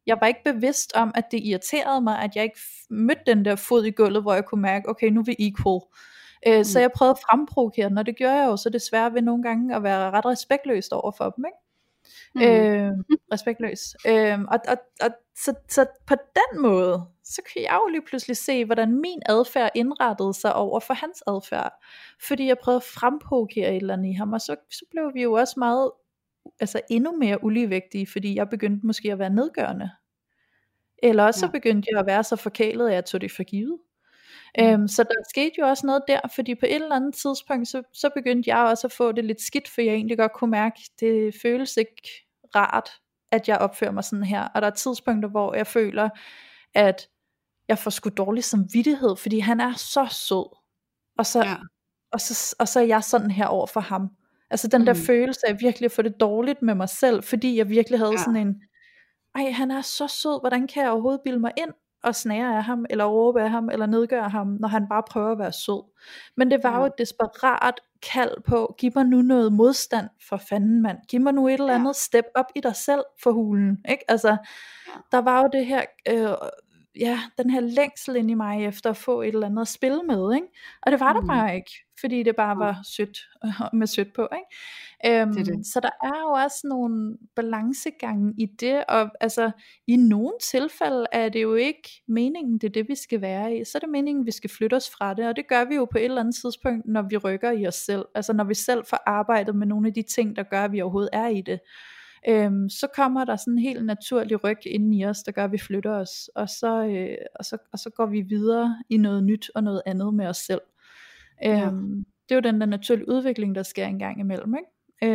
Jeg var ikke bevidst om, at det irriterede mig, at jeg ikke mødte den der fod i gulvet, hvor jeg kunne mærke, okay, nu er vi equal. Så jeg prøvede at fremprovokere den, og det gjorde jeg jo så desværre ved nogle gange at være ret respektløst over for dem, ikke? Respektløs. Og så på den måde, så kan jeg jo lige pludselig se, hvordan min adfærd indrettede sig over for hans adfærd, fordi jeg prøvede at fremprovokere et eller andet i ham, og så blev vi jo også meget, altså endnu mere uligevægtige, fordi jeg begyndte måske at være nedgørende, eller også så begyndte jeg at være så forkælet, at jeg tog det for givet. Så der skete jo også noget der, fordi på et eller andet tidspunkt, så begyndte jeg også at få det lidt skidt, for jeg egentlig godt kunne mærke, det føles ikke rart, at jeg opfører mig sådan her, og der er tidspunkter, hvor jeg føler, at jeg får sgu dårlig samvittighed, fordi han er så sød, og så er jeg sådan her over for ham. Altså den der følelse af virkelig at få det dårligt med mig selv, fordi jeg virkelig havde sådan en, han er så sød, hvordan kan jeg overhovedet bilde mig ind og snære af ham, eller råbe af ham, eller nedgøre ham, når han bare prøver at være sød. Men det var jo et desperat kald på, giv mig nu noget modstand, for fanden mand, giv mig nu et eller andet step op i dig selv, for hulen, ikke? Altså, der var jo det her, den her længsel ind i mig, efter at få et eller andet at spille med, ikke? Og det var der bare ikke, fordi det bare var sødt, med sødt på, ikke? Så der er jo også nogle balancegange i det, og altså i nogle tilfælde er det jo ikke meningen, det er det vi skal være i, så er det meningen vi skal flytte os fra det, og det gør vi jo på et eller andet tidspunkt, når vi rykker i os selv, altså når vi selv får arbejdet med nogle af de ting, der gør at vi overhovedet er i det, så kommer der sådan en helt naturlig ryg inden i os, der gør at vi flytter os, og så går vi videre i noget nyt og noget andet med os selv. Det er jo den der naturlige udvikling, der sker en gang imellem, ikke?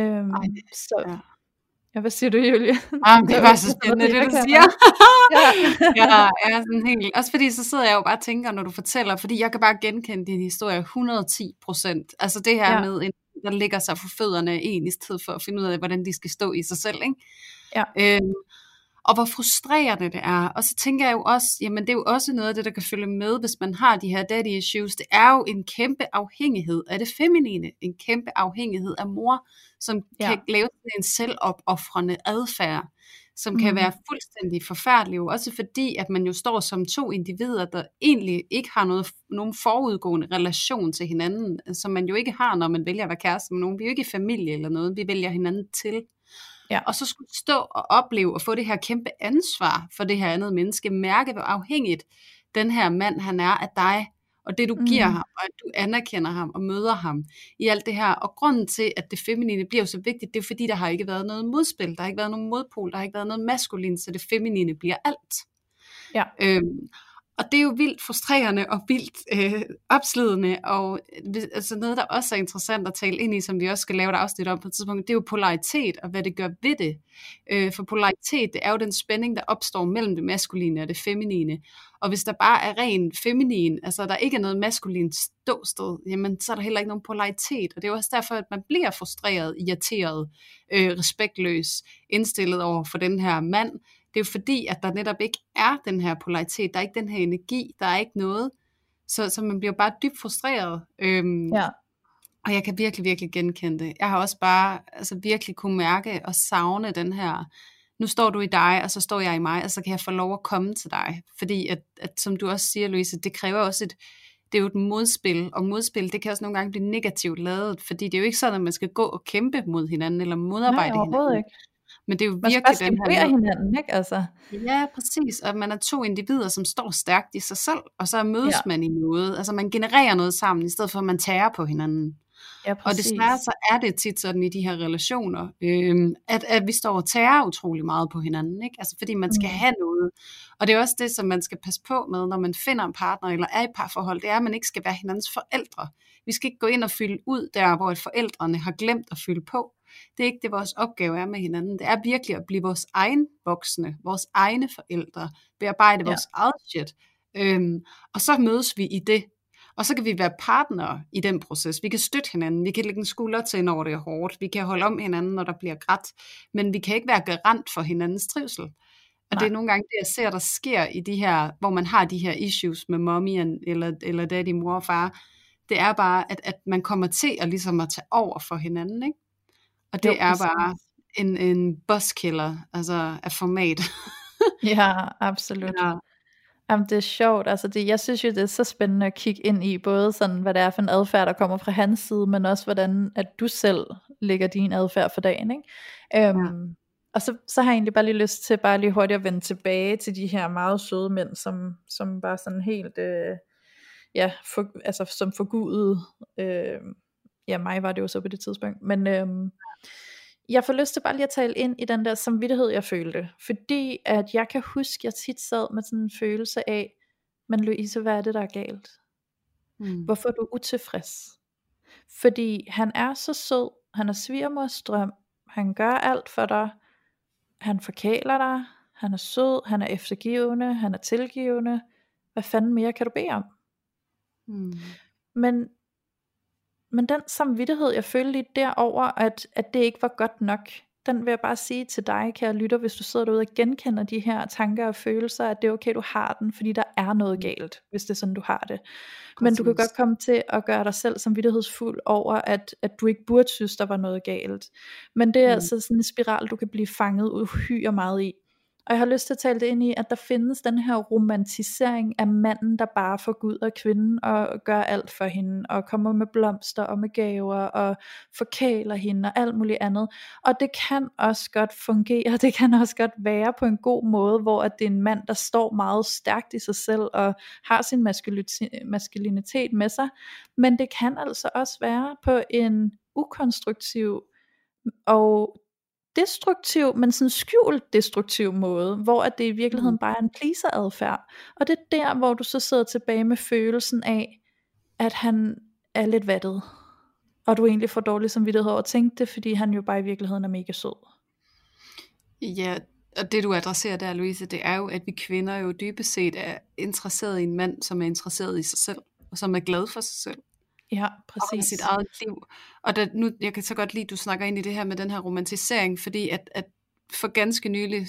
Hvad siger du, Julie? Det var så spændende, det du siger. Jeg er sådan helt, også fordi så sidder jeg jo bare og tænker, når du fortæller, fordi jeg kan bare genkende din historie 110%. Altså det her med en, der ligger sig for fødderne en i stedet for at finde ud af, hvordan de skal stå i sig selv, ikke? Og hvor frustrerende det er. Og så tænker jeg jo også, jamen det er jo også noget af det, der kan følge med, hvis man har de her daddy issues. Det er jo en kæmpe afhængighed af det feminine. En kæmpe afhængighed af mor, som kan lave en selvopoffrende adfærd, som kan være fuldstændig forfærdelig. Også fordi, at man jo står som to individer, der egentlig ikke har nogen forudgående relation til hinanden, som man jo ikke har, når man vælger at være kæreste med nogen. Vi er jo ikke i familie eller noget, vi vælger hinanden til. Og så skulle stå og opleve og få det her kæmpe ansvar for det her andet menneske, mærke hvor afhængigt den her mand han er af dig, og det du giver ham, og at du anerkender ham og møder ham i alt det her. Og grunden til, at det feminine bliver så vigtigt, det er fordi, der har ikke været noget modspil, der har ikke været nogen modpol, der har ikke været noget maskulin, så det feminine bliver alt. Og det er jo vildt frustrerende og vildt opslidende, og altså noget, der også er interessant at tale ind i, som vi også skal lave et afsnit om på et tidspunkt, det er jo polaritet, og hvad det gør ved det. For polaritet, det er jo den spænding, der opstår mellem det maskuline og det feminine. Og hvis der bare er ren feminin, altså der ikke er noget maskulint ståsted, jamen så er der heller ikke nogen polaritet. Og det er jo også derfor, at man bliver frustreret, irriteret, respektløs, indstillet over for den her mand. Det er jo fordi, at der netop ikke er den her polaritet, der er ikke den her energi, der er ikke noget, så man bliver bare dybt frustreret. Og jeg kan virkelig, virkelig genkende det. Jeg har også bare virkelig kunne mærke og savne den her, nu står du i dig, og så står jeg i mig, og så kan jeg få lov at komme til dig. Fordi at som du også siger, Louise, det kræver også det er jo et modspil, og modspil, det kan også nogle gange blive negativt lavet, fordi det er jo ikke sådan, at man skal gå og kæmpe mod hinanden, eller modarbejde hinanden. Ikke. Men det er jo virkelig den her hinanden, ikke? Altså. Ja, præcis. Og man er to individer, som står stærkt i sig selv, og så mødes man i noget. Altså man genererer noget sammen, i stedet for at man tærer på hinanden. Ja, og desværre så er det tit sådan i de her relationer, at vi står og tærer utrolig meget på hinanden, ikke? Altså fordi man skal have noget. Og det er også det, som man skal passe på med, når man finder en partner eller er i parforhold, det er, at man ikke skal være hinandens forældre. Vi skal ikke gå ind og fylde ud der, hvor forældrene har glemt at fylde på. Det er ikke det, vores opgave er med hinanden. Det er virkelig at blive vores egen voksne, vores egne forældre, bearbejde vores eget shit. Og så mødes vi i det. Og så kan vi være partnere i den proces. Vi kan støtte hinanden. Vi kan lægge en skulder til, når det er hårdt. Vi kan holde om hinanden, når der bliver grædt. Men vi kan ikke være garant for hinandens trivsel. Og det er nogle gange det, jeg ser, der sker i de her, hvor man har de her issues med mommy eller daddy, mor og far. Det er bare, at man kommer til at ligesom at tage over for hinanden, ikke? Og det er bare en bosskiller, altså af format. Ja, absolut. Ja, Jamen, det er sjovt, altså jeg synes jo, det er så spændende at kigge ind i, både sådan, hvad det er for en adfærd, der kommer fra hans side, men også hvordan, at du selv lægger din adfærd for dagen, ikke? ja, Og så har jeg egentlig bare lige lyst til, bare lige hurtigt at vende tilbage til de her meget søde mænd, som bare sådan helt, altså som forgudede, ja, mig var det jo så på det tidspunkt, men jeg får lyst til bare lige at tale ind i den der samvittighed, jeg følte. Fordi at jeg kan huske, jeg tit sad med sådan en følelse af, men Louise, hvad er det, der er galt? Hvorfor er du utilfreds? Fordi han er så sød, han er svigermors drøm, han gør alt for dig, han forkæler dig, han er sød, han er eftergivende, han er tilgivende. Hvad fanden mere kan du bede om? Men den samvittighed, jeg følte lige derover, at det ikke var godt nok, den vil jeg bare sige til dig, kære lytter, hvis du sidder derude og genkender de her tanker og følelser, at det er okay, du har den, fordi der er noget galt, hvis det er sådan, du har det. Men du kan godt komme til at gøre dig selv samvittighedsfuld over, at du ikke burde synes, der var noget galt. Men det er altså sådan en spiral, du kan blive fanget uhyre meget i. Og jeg har lyst til at tale det ind i, at der findes den her romantisering af manden, der bare forguder kvinden og gør alt for hende, og kommer med blomster og med gaver, og forkæler hende og alt muligt andet. Og det kan også godt fungere, det kan også godt være på en god måde, hvor at det er en mand, der står meget stærkt i sig selv, og har sin maskulinitet med sig. Men det kan altså også være på en ukonstruktiv og destruktiv, men sådan skjult destruktiv måde, hvor at det i virkeligheden bare er en pleaser-adfærd. Og det er der, hvor du så sidder tilbage med følelsen af, at han er lidt vattet, og du egentlig får dårlig samvittighed over at tænke det, fordi han jo bare i virkeligheden er mega sød. Ja, og det du adresserer der, Louise, det er jo, at vi kvinder jo dybest set er interesseret i en mand, som er interesseret i sig selv, og som er glad for sig selv. Ja, præcis. Og sit eget liv. Og nu, jeg kan så godt lide, at du snakker ind i det her med den her romantisering, fordi at for ganske nylig,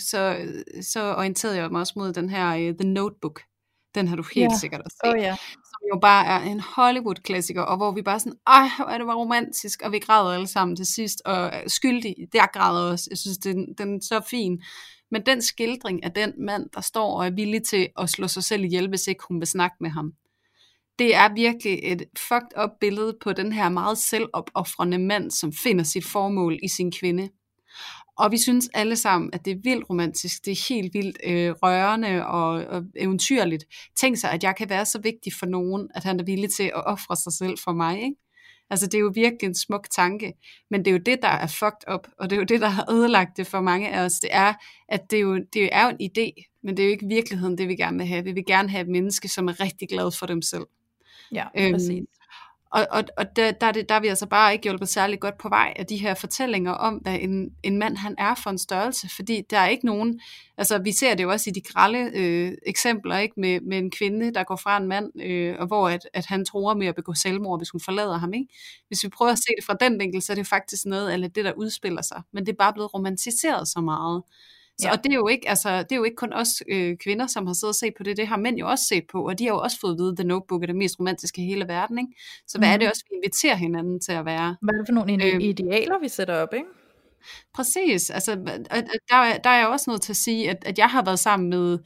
så orienterede jeg mig også mod den her The Notebook. Den har du helt sikkert også set. Som jo bare er en Hollywood-klassiker, og hvor vi bare sådan, hvor er det var romantisk, og vi græder alle sammen til sidst, og skyldig, der græder også. Jeg synes, den er så fin. Men den skildring af den mand, der står og er villig til at slå sig selv ihjel, hvis ikke hun vil snakke med ham, det er virkelig et fucked up billede på den her meget selvopofrende mand, som finder sit formål i sin kvinde. Og vi synes alle sammen, at det er vildt romantisk, det er helt vildt rørende og eventyrligt. Tænk sig, at jeg kan være så vigtig for nogen, at han er villig til at ofre sig selv for mig, ikke? Altså det er jo virkelig en smuk tanke, men det er jo det, der er fucked up, og det er jo det, der har ødelagt det for mange af os. Det er, at det er jo en idé, men det er jo ikke virkeligheden, det vi gerne vil have. Vi vil gerne have et menneske, som er rigtig glad for dem selv. Ja, præcis. Og der er vi altså bare ikke hjulpet særlig godt på vej af de her fortællinger om, hvad en mand han er for en størrelse, fordi der er ikke nogen, altså vi ser det jo også i de grelle eksempler, ikke med en kvinde, der går fra en mand, og hvor at han tror med at begå selvmord, hvis hun forlader ham, ikke? Hvis vi prøver at se det fra den vinkel, så er det faktisk noget af det, der udspiller sig, men det er bare blevet romantiseret så meget. Så, og det er jo ikke kun os kvinder, som har siddet og set på det har mænd jo også set på, og de har jo også fået at vide, at The Notebook er det mest romantiske i hele verden, ikke? Så hvad er det også, vi inviterer hinanden til at være? Hvad er det for nogle idealer, vi sætter op, ikke? Præcis, altså der er jeg også nødt til at sige, at jeg har været sammen med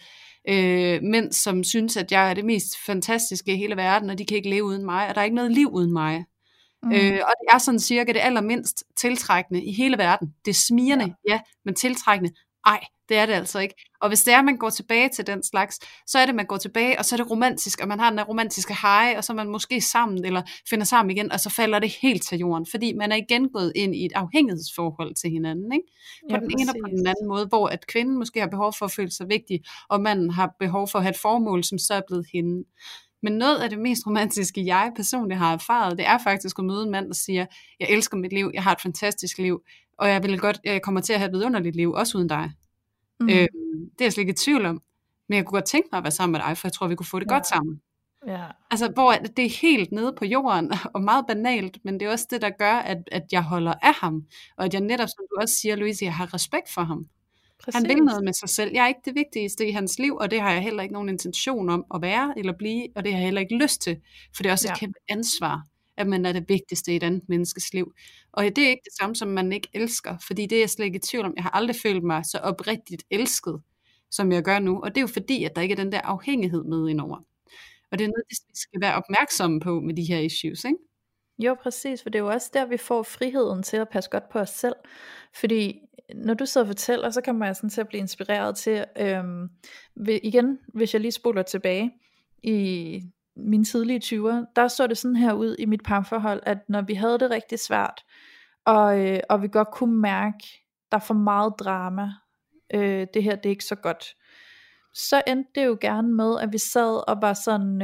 mænd, som synes, at jeg er det mest fantastiske i hele verden, og de kan ikke leve uden mig, og der er ikke noget liv uden mig. Og det er sådan cirka det allermindst tiltrækkende i hele verden. Det er smirrende, ja, men tiltrækkende. Ej, det er det altså ikke. Og hvis det er, at man går tilbage til den slags, så er det, at man går tilbage, og så er det romantisk, og man har den der romantiske high, og så er man måske sammen, eller finder sammen igen, og så falder det helt til jorden, fordi man er igen gået ind i et afhængighedsforhold til hinanden, ikke? På den ene og på den anden måde, hvor at kvinden måske har behov for at føle sig vigtig, og manden har behov for at have et formål, som så er blevet hende. Men noget af det mest romantiske, jeg personligt har erfaret, det er faktisk at møde en mand, der siger, jeg elsker mit liv, jeg har et fantastisk liv, og jeg kommer til at have et vidunderligt liv, også uden dig. Det er jeg slet ikke i tvivl om. Men jeg kunne godt tænke mig at være sammen med dig, for jeg tror, vi kunne få det godt sammen. Ja. Altså, hvor det er helt nede på jorden, og meget banalt, men det er også det, der gør, at jeg holder af ham. Og at jeg netop, som du også siger, Louise, jeg har respekt for ham. Præcis. Han vil noget med sig selv. Jeg er ikke det vigtigste i hans liv, og det har jeg heller ikke nogen intention om at være eller blive, og det har jeg heller ikke lyst til, for det er også et kæmpe ansvar, at man er det vigtigste i et andet menneskes liv. Og det er ikke det samme, som man ikke elsker, fordi det er jeg slet ikke i tvivl om. Jeg har aldrig følt mig så oprigtigt elsket, som jeg gør nu. Og det er jo fordi, at der ikke er den der afhængighed med indover. Og det er noget, vi skal være opmærksomme på med de her issues, ikke? Jo, præcis, for det er jo også der, vi får friheden til at passe godt på os selv. Fordi når du sidder og fortæller, så kommer jeg sådan til at blive inspireret til, igen, hvis jeg lige spoler tilbage i mine tidlige 20'er, der så det sådan her ud i mit parforhold, at når vi havde det rigtig svært, og vi godt kunne mærke, der er for meget drama, det her det er ikke så godt, så endte det jo gerne med, at vi sad og var sådan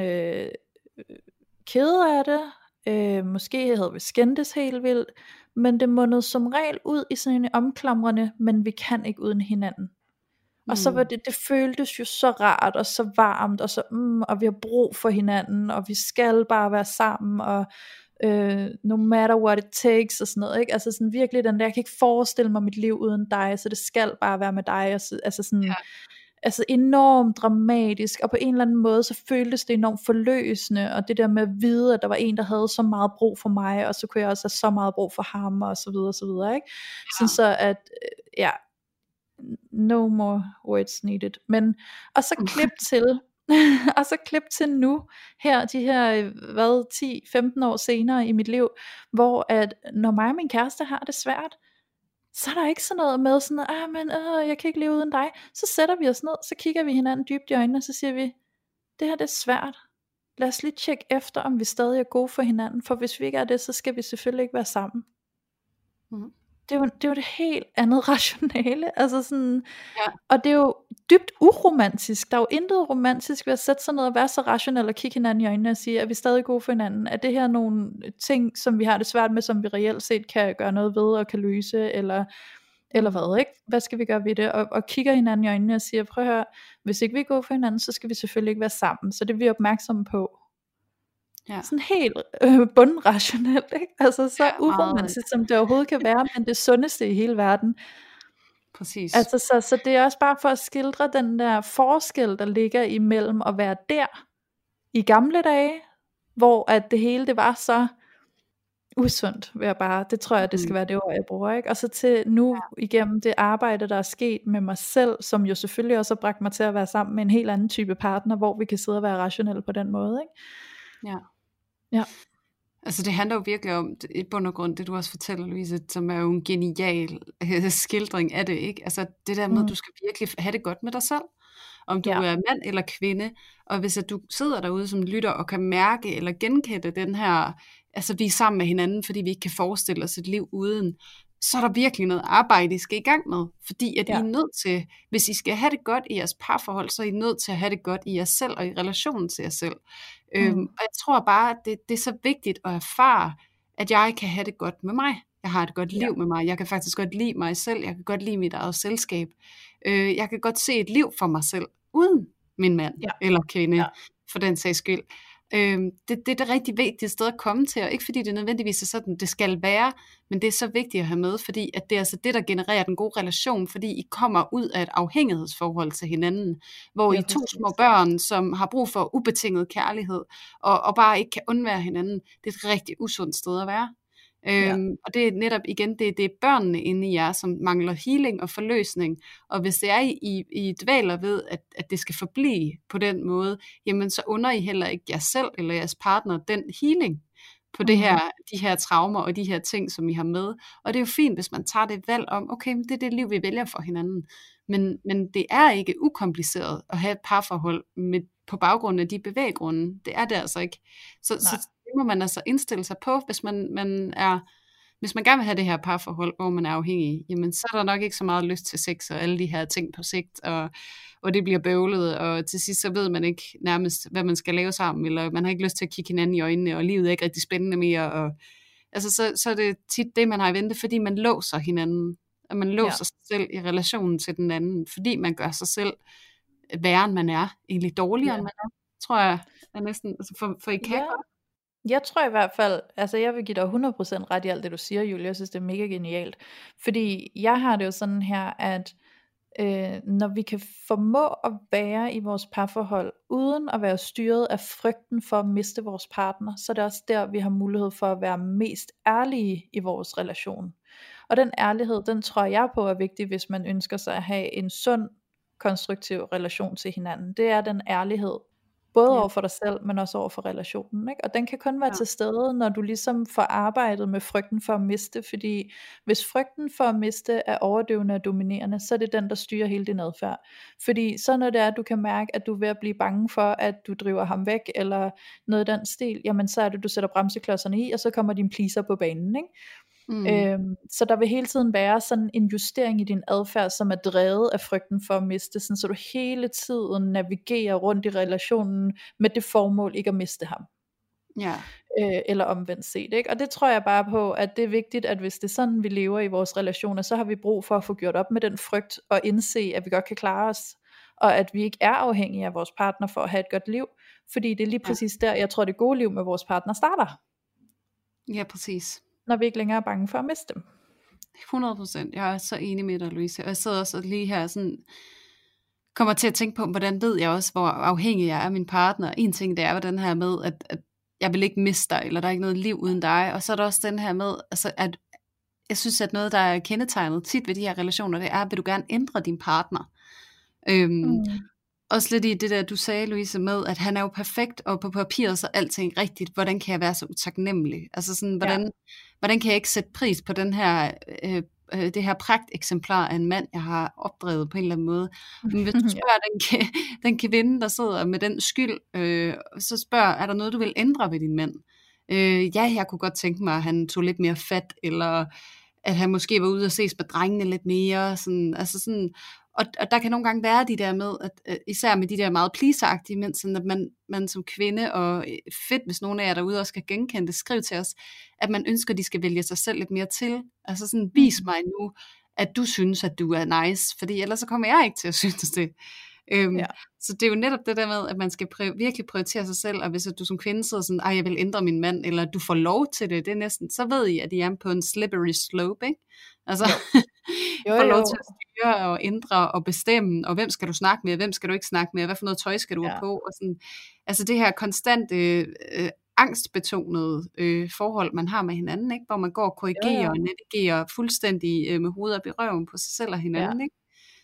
kede af det, måske havde vi skændtes helt vildt, men det mundede som regel ud i sådan en omklamrende, men vi kan ikke uden hinanden. Og så var det føltes jo så rart og så varmt og så og vi har brug for hinanden, og vi skal bare være sammen, og no matter what it takes og sådan noget, ikke? Altså sådan virkelig den der, jeg kan ikke forestille mig mit liv uden dig, så det skal bare være med dig, og så, altså sådan altså enormt dramatisk, og på en eller anden måde, så føltes det enormt forløsende, og det der med at vide, at der var en, der havde så meget brug for mig, og så kunne jeg også have så meget brug for ham, og så videre, ikke? Sådan så at, no more words needed, men, og så klip til nu, her, de her, 10-15 år senere i mit liv, hvor at, når mig og min kæreste har det svært, så er der ikke sådan noget med sådan, jeg kan ikke leve uden dig. Så sætter vi os ned, så kigger vi hinanden dybt i øjnene, og så siger vi, det her det er svært. Lad os lige tjekke efter, om vi stadig er gode for hinanden, for hvis vi ikke er det, så skal vi selvfølgelig ikke være sammen. Det er jo det helt andet rationale, altså sådan, og det er jo dybt uromantisk. Der er jo intet romantisk ved at sætte sig ned og være så rationel og kigge hinanden i øjnene og sige, er vi stadig gode for hinanden? Er det her nogle ting, som vi har det svært med, som vi reelt set kan gøre noget ved og kan løse, eller hvad, ikke? Hvad skal vi gøre ved det? Og kigger hinanden i øjnene og siger, prøv at høre, hvis ikke vi er gode for hinanden, så skal vi selvfølgelig ikke være sammen. Så det er vi opmærksomme på. Sådan helt bundrationelt, ikke? Altså så uromantisk som det overhovedet kan være, men det sundeste i hele verden. Præcis. Altså så det er også bare for at skildre den der forskel, der ligger imellem at være der i gamle dage, hvor at det hele det var så usundt, det tror jeg det skal være det ord jeg bruger, ikke? Og så til nu igennem det arbejde der er sket med mig selv, som jo selvfølgelig også har bragt mig til at være sammen med en helt anden type partner, hvor vi kan sidde og være rationelle på den måde, ikke? Ja. Altså det handler jo virkelig om, i bund og grund, det du også fortæller, Louise, som er jo en genial skildring af det, ikke? Altså det der med, at du skal virkelig have det godt med dig selv, om du er mand eller kvinde, og hvis at du sidder derude som lytter og kan mærke eller genkende den her, altså vi er sammen med hinanden, fordi vi ikke kan forestille os et liv uden, så er der virkelig noget arbejde, I skal i gang med, fordi at I er nødt til, hvis I skal have det godt i jeres parforhold, så er I nødt til at have det godt i jer selv, og i relationen til jer selv. Og jeg tror bare, at det er så vigtigt at erfare, at jeg kan have det godt med mig. Jeg har et godt liv med mig. Jeg kan faktisk godt lide mig selv. Jeg kan godt lide mit eget selskab. Jeg kan godt se et liv for mig selv, uden min mand eller kvinde, for den sags skyld. Det er det rigtig vigtige sted at komme til, og ikke fordi det nødvendigvis er sådan, det skal være, men det er så vigtigt at have med, fordi at det er altså det, der genererer den gode relation, fordi I kommer ud af et afhængighedsforhold til hinanden, hvor I er to små børn, som har brug for ubetinget kærlighed, og bare ikke kan undvære hinanden. Det er et rigtig usundt sted at være. Og det er netop igen, det er børnene inde i jer, som mangler healing og forløsning, og hvis det er I dvæler ved, at det skal forblive på den måde, jamen så under I heller ikke jer selv eller jeres partner den healing på de her traumer og de her ting, som I har med. Og det er jo fint, hvis man tager det valg om, okay, det er det liv, vi vælger for hinanden, men det er ikke ukompliceret at have et parforhold på baggrund af de bevæggrunde. Det er det altså ikke. Så det må man altså indstille sig på, hvis man gerne vil have det her parforhold, hvor man er afhængig, jamen så er der nok ikke så meget lyst til sex og alle de her ting på sigt, og det bliver bøvlet, og til sidst så ved man ikke nærmest, hvad man skal lave sammen, eller man har ikke lyst til at kigge hinanden i øjnene, og livet er ikke rigtig spændende mere, og altså så er det tit det, man har i vente, fordi man låser hinanden, og man låser sig selv i relationen til den anden, fordi man gør sig selv værre, end man er, egentlig dårligere, end man er, tror jeg, er næsten, altså for I kan godt. Jeg tror i hvert fald, altså jeg vil give dig 100% ret i alt det du siger, Julie. Jeg synes det er mega genialt, fordi jeg har det jo sådan her, at når vi kan formå at være i vores parforhold uden at være styret af frygten for at miste vores partner, så er det også der vi har mulighed for at være mest ærlige i vores relation. Og den ærlighed, den tror jeg på er vigtig, hvis man ønsker sig at have en sund konstruktiv relation til hinanden, det er den ærlighed, både Ja. over for dig selv, men også over for relationen, ikke? Og den kan kun være Ja. til stede, når du ligesom får arbejdet med frygten for at miste, fordi hvis frygten for at miste er overdøvende og dominerende, så er det den, der styrer hele din adfærd. Fordi så når det er, at du kan mærke, at du er ved at blive bange for, at du driver ham væk, eller noget i den stil, jamen så er det, du sætter bremseklodserne i, og så kommer din pleaser på banen, ikke? Så der vil hele tiden være sådan en justering i din adfærd, som er drevet af frygten for at miste, sådan, så du hele tiden navigerer rundt i relationen med det formål ikke at miste ham. Ja. Eller omvendt set, ikke? Og det tror jeg bare på, at det er vigtigt, at hvis det er sådan vi lever i vores relationer, så har vi brug for at få gjort op med den frygt og indse, at vi godt kan klare os, og at vi ikke er afhængige af vores partner for at have et godt liv, fordi det er lige præcis der, jeg tror det gode liv med vores partner starter. Ja, præcis. Når vi ikke længere er bange for at miste dem. 100%. Jeg er så enig med dig, Louise. Og jeg sidder også lige her sådan, kommer til at tænke på, hvordan ved jeg også, hvor afhængig jeg er af min partner. En ting, det er den her med, at jeg vil ikke miste dig, eller der er ikke noget liv uden dig. Og så er der også den her med, altså, at jeg synes, at noget, der er kendetegnet tit ved de her relationer, det er, vil du gerne ændre din partner. Også lidt i det der, du sagde, Louise, med, at han er jo perfekt, og på papiret så er alting rigtigt. Hvordan kan jeg være så utaknemmelig? Altså sådan, hvordan kan jeg ikke sætte pris på den her, det her pragteksemplar af en mand, jeg har opdrevet på en eller anden måde? Men hvis du spørger den kvinde, der sidder med den skyld, så spørger, er der noget, du vil ændre ved din mand? Ja, jeg kunne godt tænke mig, at han tog lidt mere fat, eller at han måske var ude og ses med drengene lidt mere. Sådan, altså sådan, og der kan nogle gange være de der med, at især med de der meget pleaseragtige mænd, sådan at man som kvinde, og fedt hvis nogen af jer derude også skal genkende det, skriv til os, at man ønsker, at de skal vælge sig selv lidt mere til. Altså sådan, vis mig nu, at du synes, at du er nice, fordi ellers så kommer jeg ikke til at synes det. Så det er jo netop det der med, at man skal virkelig prioritere sig selv, og hvis du som kvinde sidder sådan, jeg vil ændre min mand, eller du får lov til det, det er næsten, så ved I, at I er på en slippery slope, ikke? Altså, jo. får lov til at styre og ændre og bestemme, og hvem skal du snakke med, hvem skal du ikke snakke med, hvad for noget tøj skal du have på, og sådan, altså det her konstante angstbetonede forhold, man har med hinanden, ikke? Hvor man går og korrigerer og navigerer fuldstændig med hovedet op i røven på sig selv og hinanden, ikke?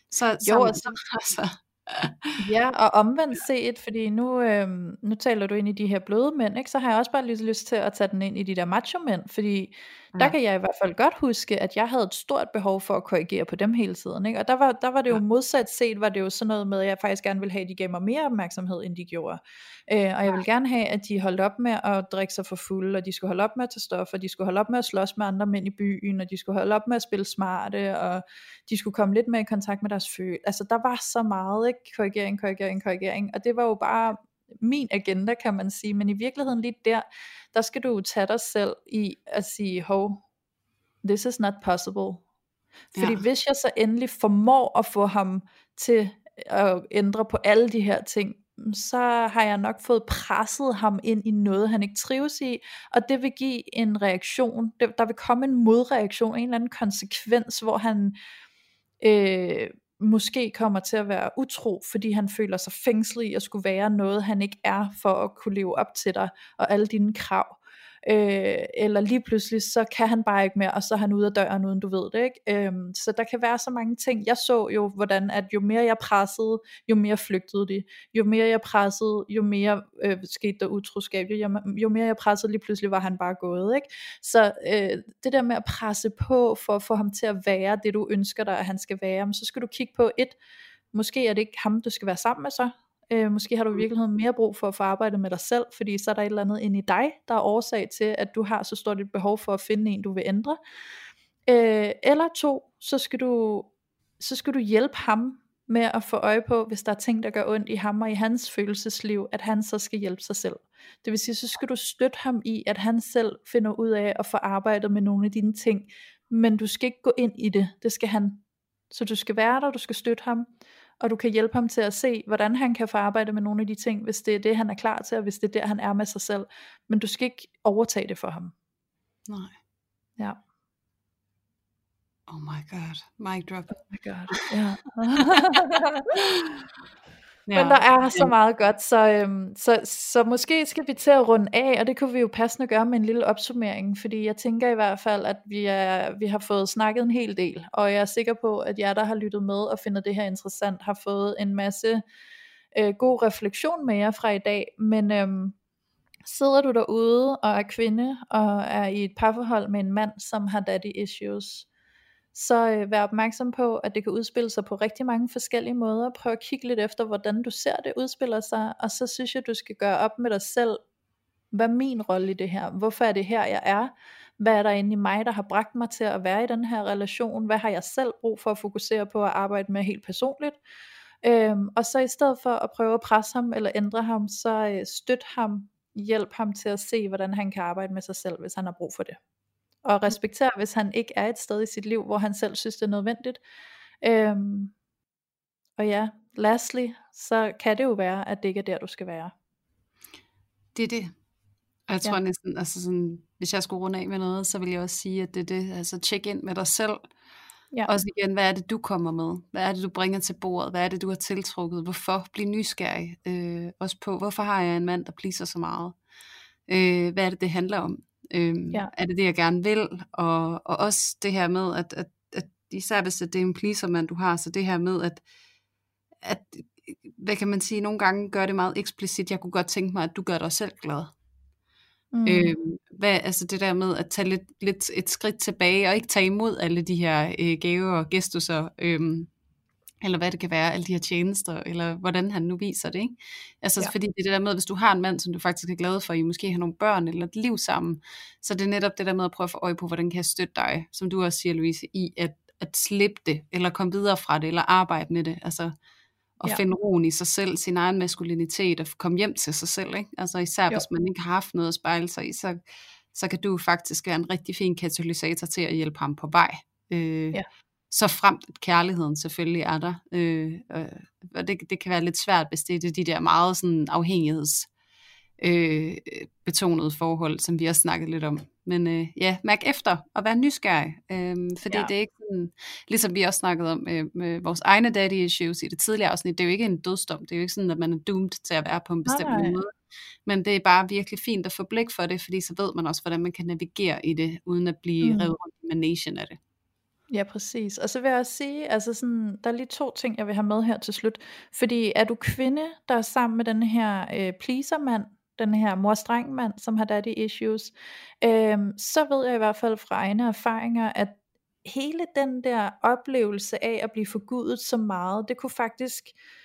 Så ja, og omvendt set, fordi nu taler du ind i de her bløde mænd, ikke? Så har jeg også bare lyst til at tage den ind i de der macho mænd, fordi der kan jeg i hvert fald godt huske, at jeg havde et stort behov for at korrigere på dem hele tiden, ikke? Og der var det jo modsat set, var det jo sådan noget med, at jeg faktisk gerne ville have, at de gav mig mere opmærksomhed, end de gjorde. Og jeg ville gerne have, at de holdt op med at drikke sig for fulde, og de skulle holde op med at tage stoffer, de skulle holde op med at slås med andre mænd i byen, og de skulle holde op med at spille smarte, og de skulle komme lidt mere i kontakt med deres følelser. Altså der var så meget, ikke? Korrigering, og det var jo bare min agenda, kan man sige, men i virkeligheden lige der skal du tage dig selv i at sige, this is not possible. Fordi hvis jeg så endelig formår at få ham til at ændre på alle de her ting, så har jeg nok fået presset ham ind i noget, han ikke trives i, og det vil give en reaktion, der vil komme en modreaktion, en eller anden konsekvens, hvor han måske kommer til at være utro, fordi han føler sig fængslet i at skulle være noget, han ikke er, for at kunne leve op til dig, og alle dine krav. Eller lige pludselig, så kan han bare ikke mere, og så er han ude af døren, uden du ved det, ikke? Så der kan være så mange ting. Jeg så jo, hvordan at jo mere jeg pressede, jo mere flygtede de. Jo mere jeg pressede, jo mere skete der utroskab. Jo mere jeg pressede, lige pludselig var han bare gået, ikke? Så det der med at presse på, for at få ham til at være det, du ønsker dig, at han skal være, så skal du kigge på måske er det ikke ham, du skal være sammen med så. Måske har du i virkeligheden mere brug for at få arbejdet med dig selv, fordi så er der et eller andet inde i dig, der er årsag til, at du har så stort et behov for at finde en, du vil ændre. Eller 2, så skal du hjælpe ham med at få øje på, hvis der er ting, der gør ondt i ham og i hans følelsesliv, at han så skal hjælpe sig selv. Det vil sige, så skal du støtte ham i, at han selv finder ud af at få arbejdet med nogle af dine ting, men du skal ikke gå ind i det, det skal han. Så du skal være der, du skal støtte ham, og du kan hjælpe ham til at se, hvordan han kan få arbejde med nogle af de ting, hvis det er det, han er klar til, og hvis det er der, han er med sig selv. Men du skal ikke overtage det for ham. Nej. Ja. Oh my god, mic drop. Oh my god, ja. Men der er så meget godt, så måske skal vi til at runde af, og det kunne vi jo passende gøre med en lille opsummering, fordi jeg tænker i hvert fald, at vi har fået snakket en hel del, og jeg er sikker på, at jer, der har lyttet med og finder det her interessant, har fået en masse god refleksion med jer fra i dag, men sidder du derude og er kvinde, og er i et parforhold med en mand, som har daddy issues, så vær opmærksom på, at det kan udspille sig på rigtig mange forskellige måder. Prøv at kigge lidt efter, hvordan du ser det udspiller sig, og så synes jeg, du skal gøre op med dig selv, hvad er min rolle i det her? Hvorfor er det her, jeg er? Hvad er der inde i mig, der har bragt mig til at være i den her relation? Hvad har jeg selv brug for at fokusere på at arbejde med helt personligt? Og så i stedet for at prøve at presse ham eller ændre ham, så støt ham, hjælp ham til at se, hvordan han kan arbejde med sig selv, hvis han har brug for det. Og respektere, hvis han ikke er et sted i sit liv, hvor han selv synes, det er nødvendigt. Og ja, lastly, så kan det jo være, at det ikke er der, du skal være. Det er det. Og jeg tror næsten, altså sådan, hvis jeg skulle runde af med noget, så vil jeg også sige, at det er det. Altså check ind med dig selv. Ja. Også igen, hvad er det, du kommer med? Hvad er det, du bringer til bordet? Hvad er det, du har tiltrukket? Hvorfor? Bliv nysgerrig. Også på, hvorfor har jeg en mand, der pleaser så meget? Hvad er det, det handler om? Er det det, jeg gerne vil? Og også det her med, at især hvis det er en pleaser-mand, du har, så det her med, at hvad kan man sige, nogle gange gør det meget eksplicit. Jeg kunne godt tænke mig, at du gør dig selv glad. Altså det der med at tage lidt et skridt tilbage og ikke tage imod alle de her gaver og gestusser, eller hvad det kan være, alle de her tjenester, eller hvordan han nu viser det, ikke? Altså fordi det er det der med, hvis du har en mand, som du faktisk er glad for, I måske har nogle børn eller et liv sammen, så det er netop det der med at prøve at få øje på, hvordan kan jeg støtte dig, som du også siger, Louise, i at slippe det, eller komme videre fra det, eller arbejde med det, altså og finde roen i sig selv, sin egen maskulinitet, og komme hjem til sig selv, ikke? Altså især hvis man ikke har haft noget at spejle sig i, så kan du faktisk være en rigtig fin katalysator til at hjælpe ham på vej. Så fremt at kærligheden selvfølgelig er der. Og det kan være lidt svært, hvis det er de der meget sådan afhængighedsbetonede forhold, som vi også snakket lidt om. Men mærk efter og vær nysgerrig. Fordi det er ikke sådan, ligesom vi også snakket om med vores egne daddy issues i det tidligere afsnit, det er jo ikke en dødsdom. Det er jo ikke sådan, at man er doomed til at være på en bestemt måde. Men det er bare virkelig fint at få blik for det, fordi så ved man også, hvordan man kan navigere i det, uden at blive revet rundt i manation af det. Ja, præcis. Og så vil jeg også sige, altså sådan, der er lige 2 ting, jeg vil have med her til slut. Fordi er du kvinde, der er sammen med den her pleaser-mand, den her mor-streng-mand, som har daddy issues, så ved jeg i hvert fald fra egne erfaringer, at hele den der oplevelse af at blive forgudet så meget, det kunne faktisk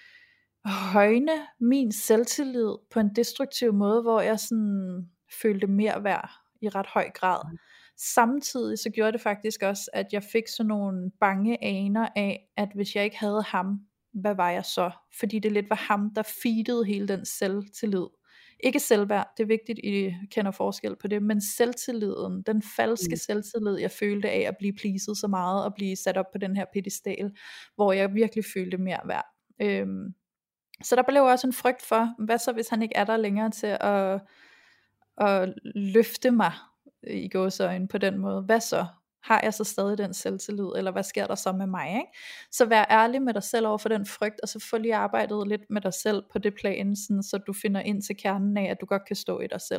højne min selvtillid på en destruktiv måde, hvor jeg sådan følte mere værd i ret høj grad. Samtidig så gjorde det faktisk også, at jeg fik sådan nogle bange aner af, at hvis jeg ikke havde ham, hvad var jeg så? Fordi det lidt var ham, der feedede hele den selvtillid. Ikke selvværd, det er vigtigt, I kender forskel på det, men selvtilliden, den falske selvtillid, jeg følte af at blive pleaset så meget, og blive sat op på den her pedestal, hvor jeg virkelig følte mere værd. Så der blev også en frygt for, hvad så hvis han ikke er der længere til at løfte mig, i gåseøjne på den måde. Hvad så? Har jeg så stadig den selvtillid, eller hvad sker der så med mig? Ikke? Så vær ærlig med dig selv over for den frygt, og så få lige arbejdet lidt med dig selv på det plan, sådan, så du finder ind til kernen af, at du godt kan stå i dig selv.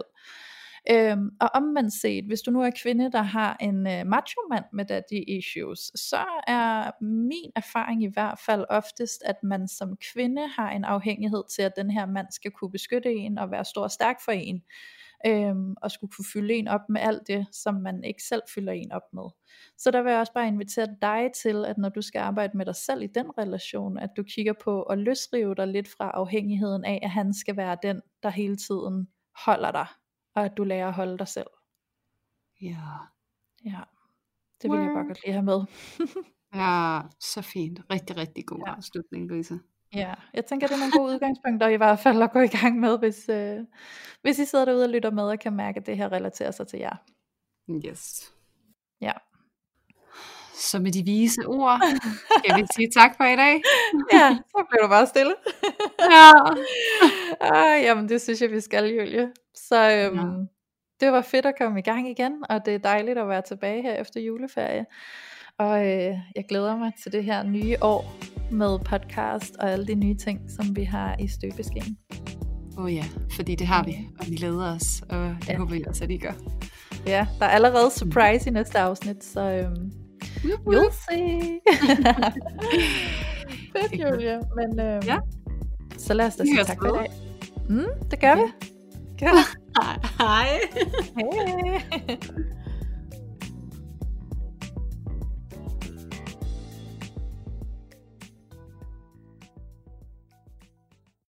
Og omvendt set, hvis du nu er kvinde, der har en macho mand med daddy issues, så er min erfaring i hvert fald oftest, at man som kvinde har en afhængighed til, at den her mand skal kunne beskytte en, og være stor og stærk for en. Og skulle kunne fylde en op med alt det, som man ikke selv fylder en op med. Så der vil jeg også bare invitere dig til, at når du skal arbejde med dig selv i den relation, at du kigger på at løsrive dig lidt fra afhængigheden af, at han skal være den, der hele tiden holder dig, og at du lærer at holde dig selv. Ja, det vil jeg bare godt lige have med. Ja, så fint. Rigtig, rigtig god afslutning, Louise. Ja, jeg tænker, det er nogle gode udgangspunkter i hvert fald at gå i gang med, hvis I sidder derude og lytter med og kan mærke, at det her relaterer sig til jer. Yes. Ja. Så med de vise ord, skal vi sige tak for i dag. Ja, så blev du bare stille. Jamen det synes jeg, vi skal, Julie. Så det var fedt at komme i gang igen, og det er dejligt at være tilbage her efter juleferie. Og jeg glæder mig til det her nye år. med podcast og alle de nye ting, som vi har i støbeskeen. Ja, fordi det har vi, og vi glæder os, og det håber vi også, at I gør. Ja, der er allerede surprise i næste afsnit, så you'll see. Fedt, Julia. Men så lad os da sige tak for i dag. Det gør vi. Hej. Hej.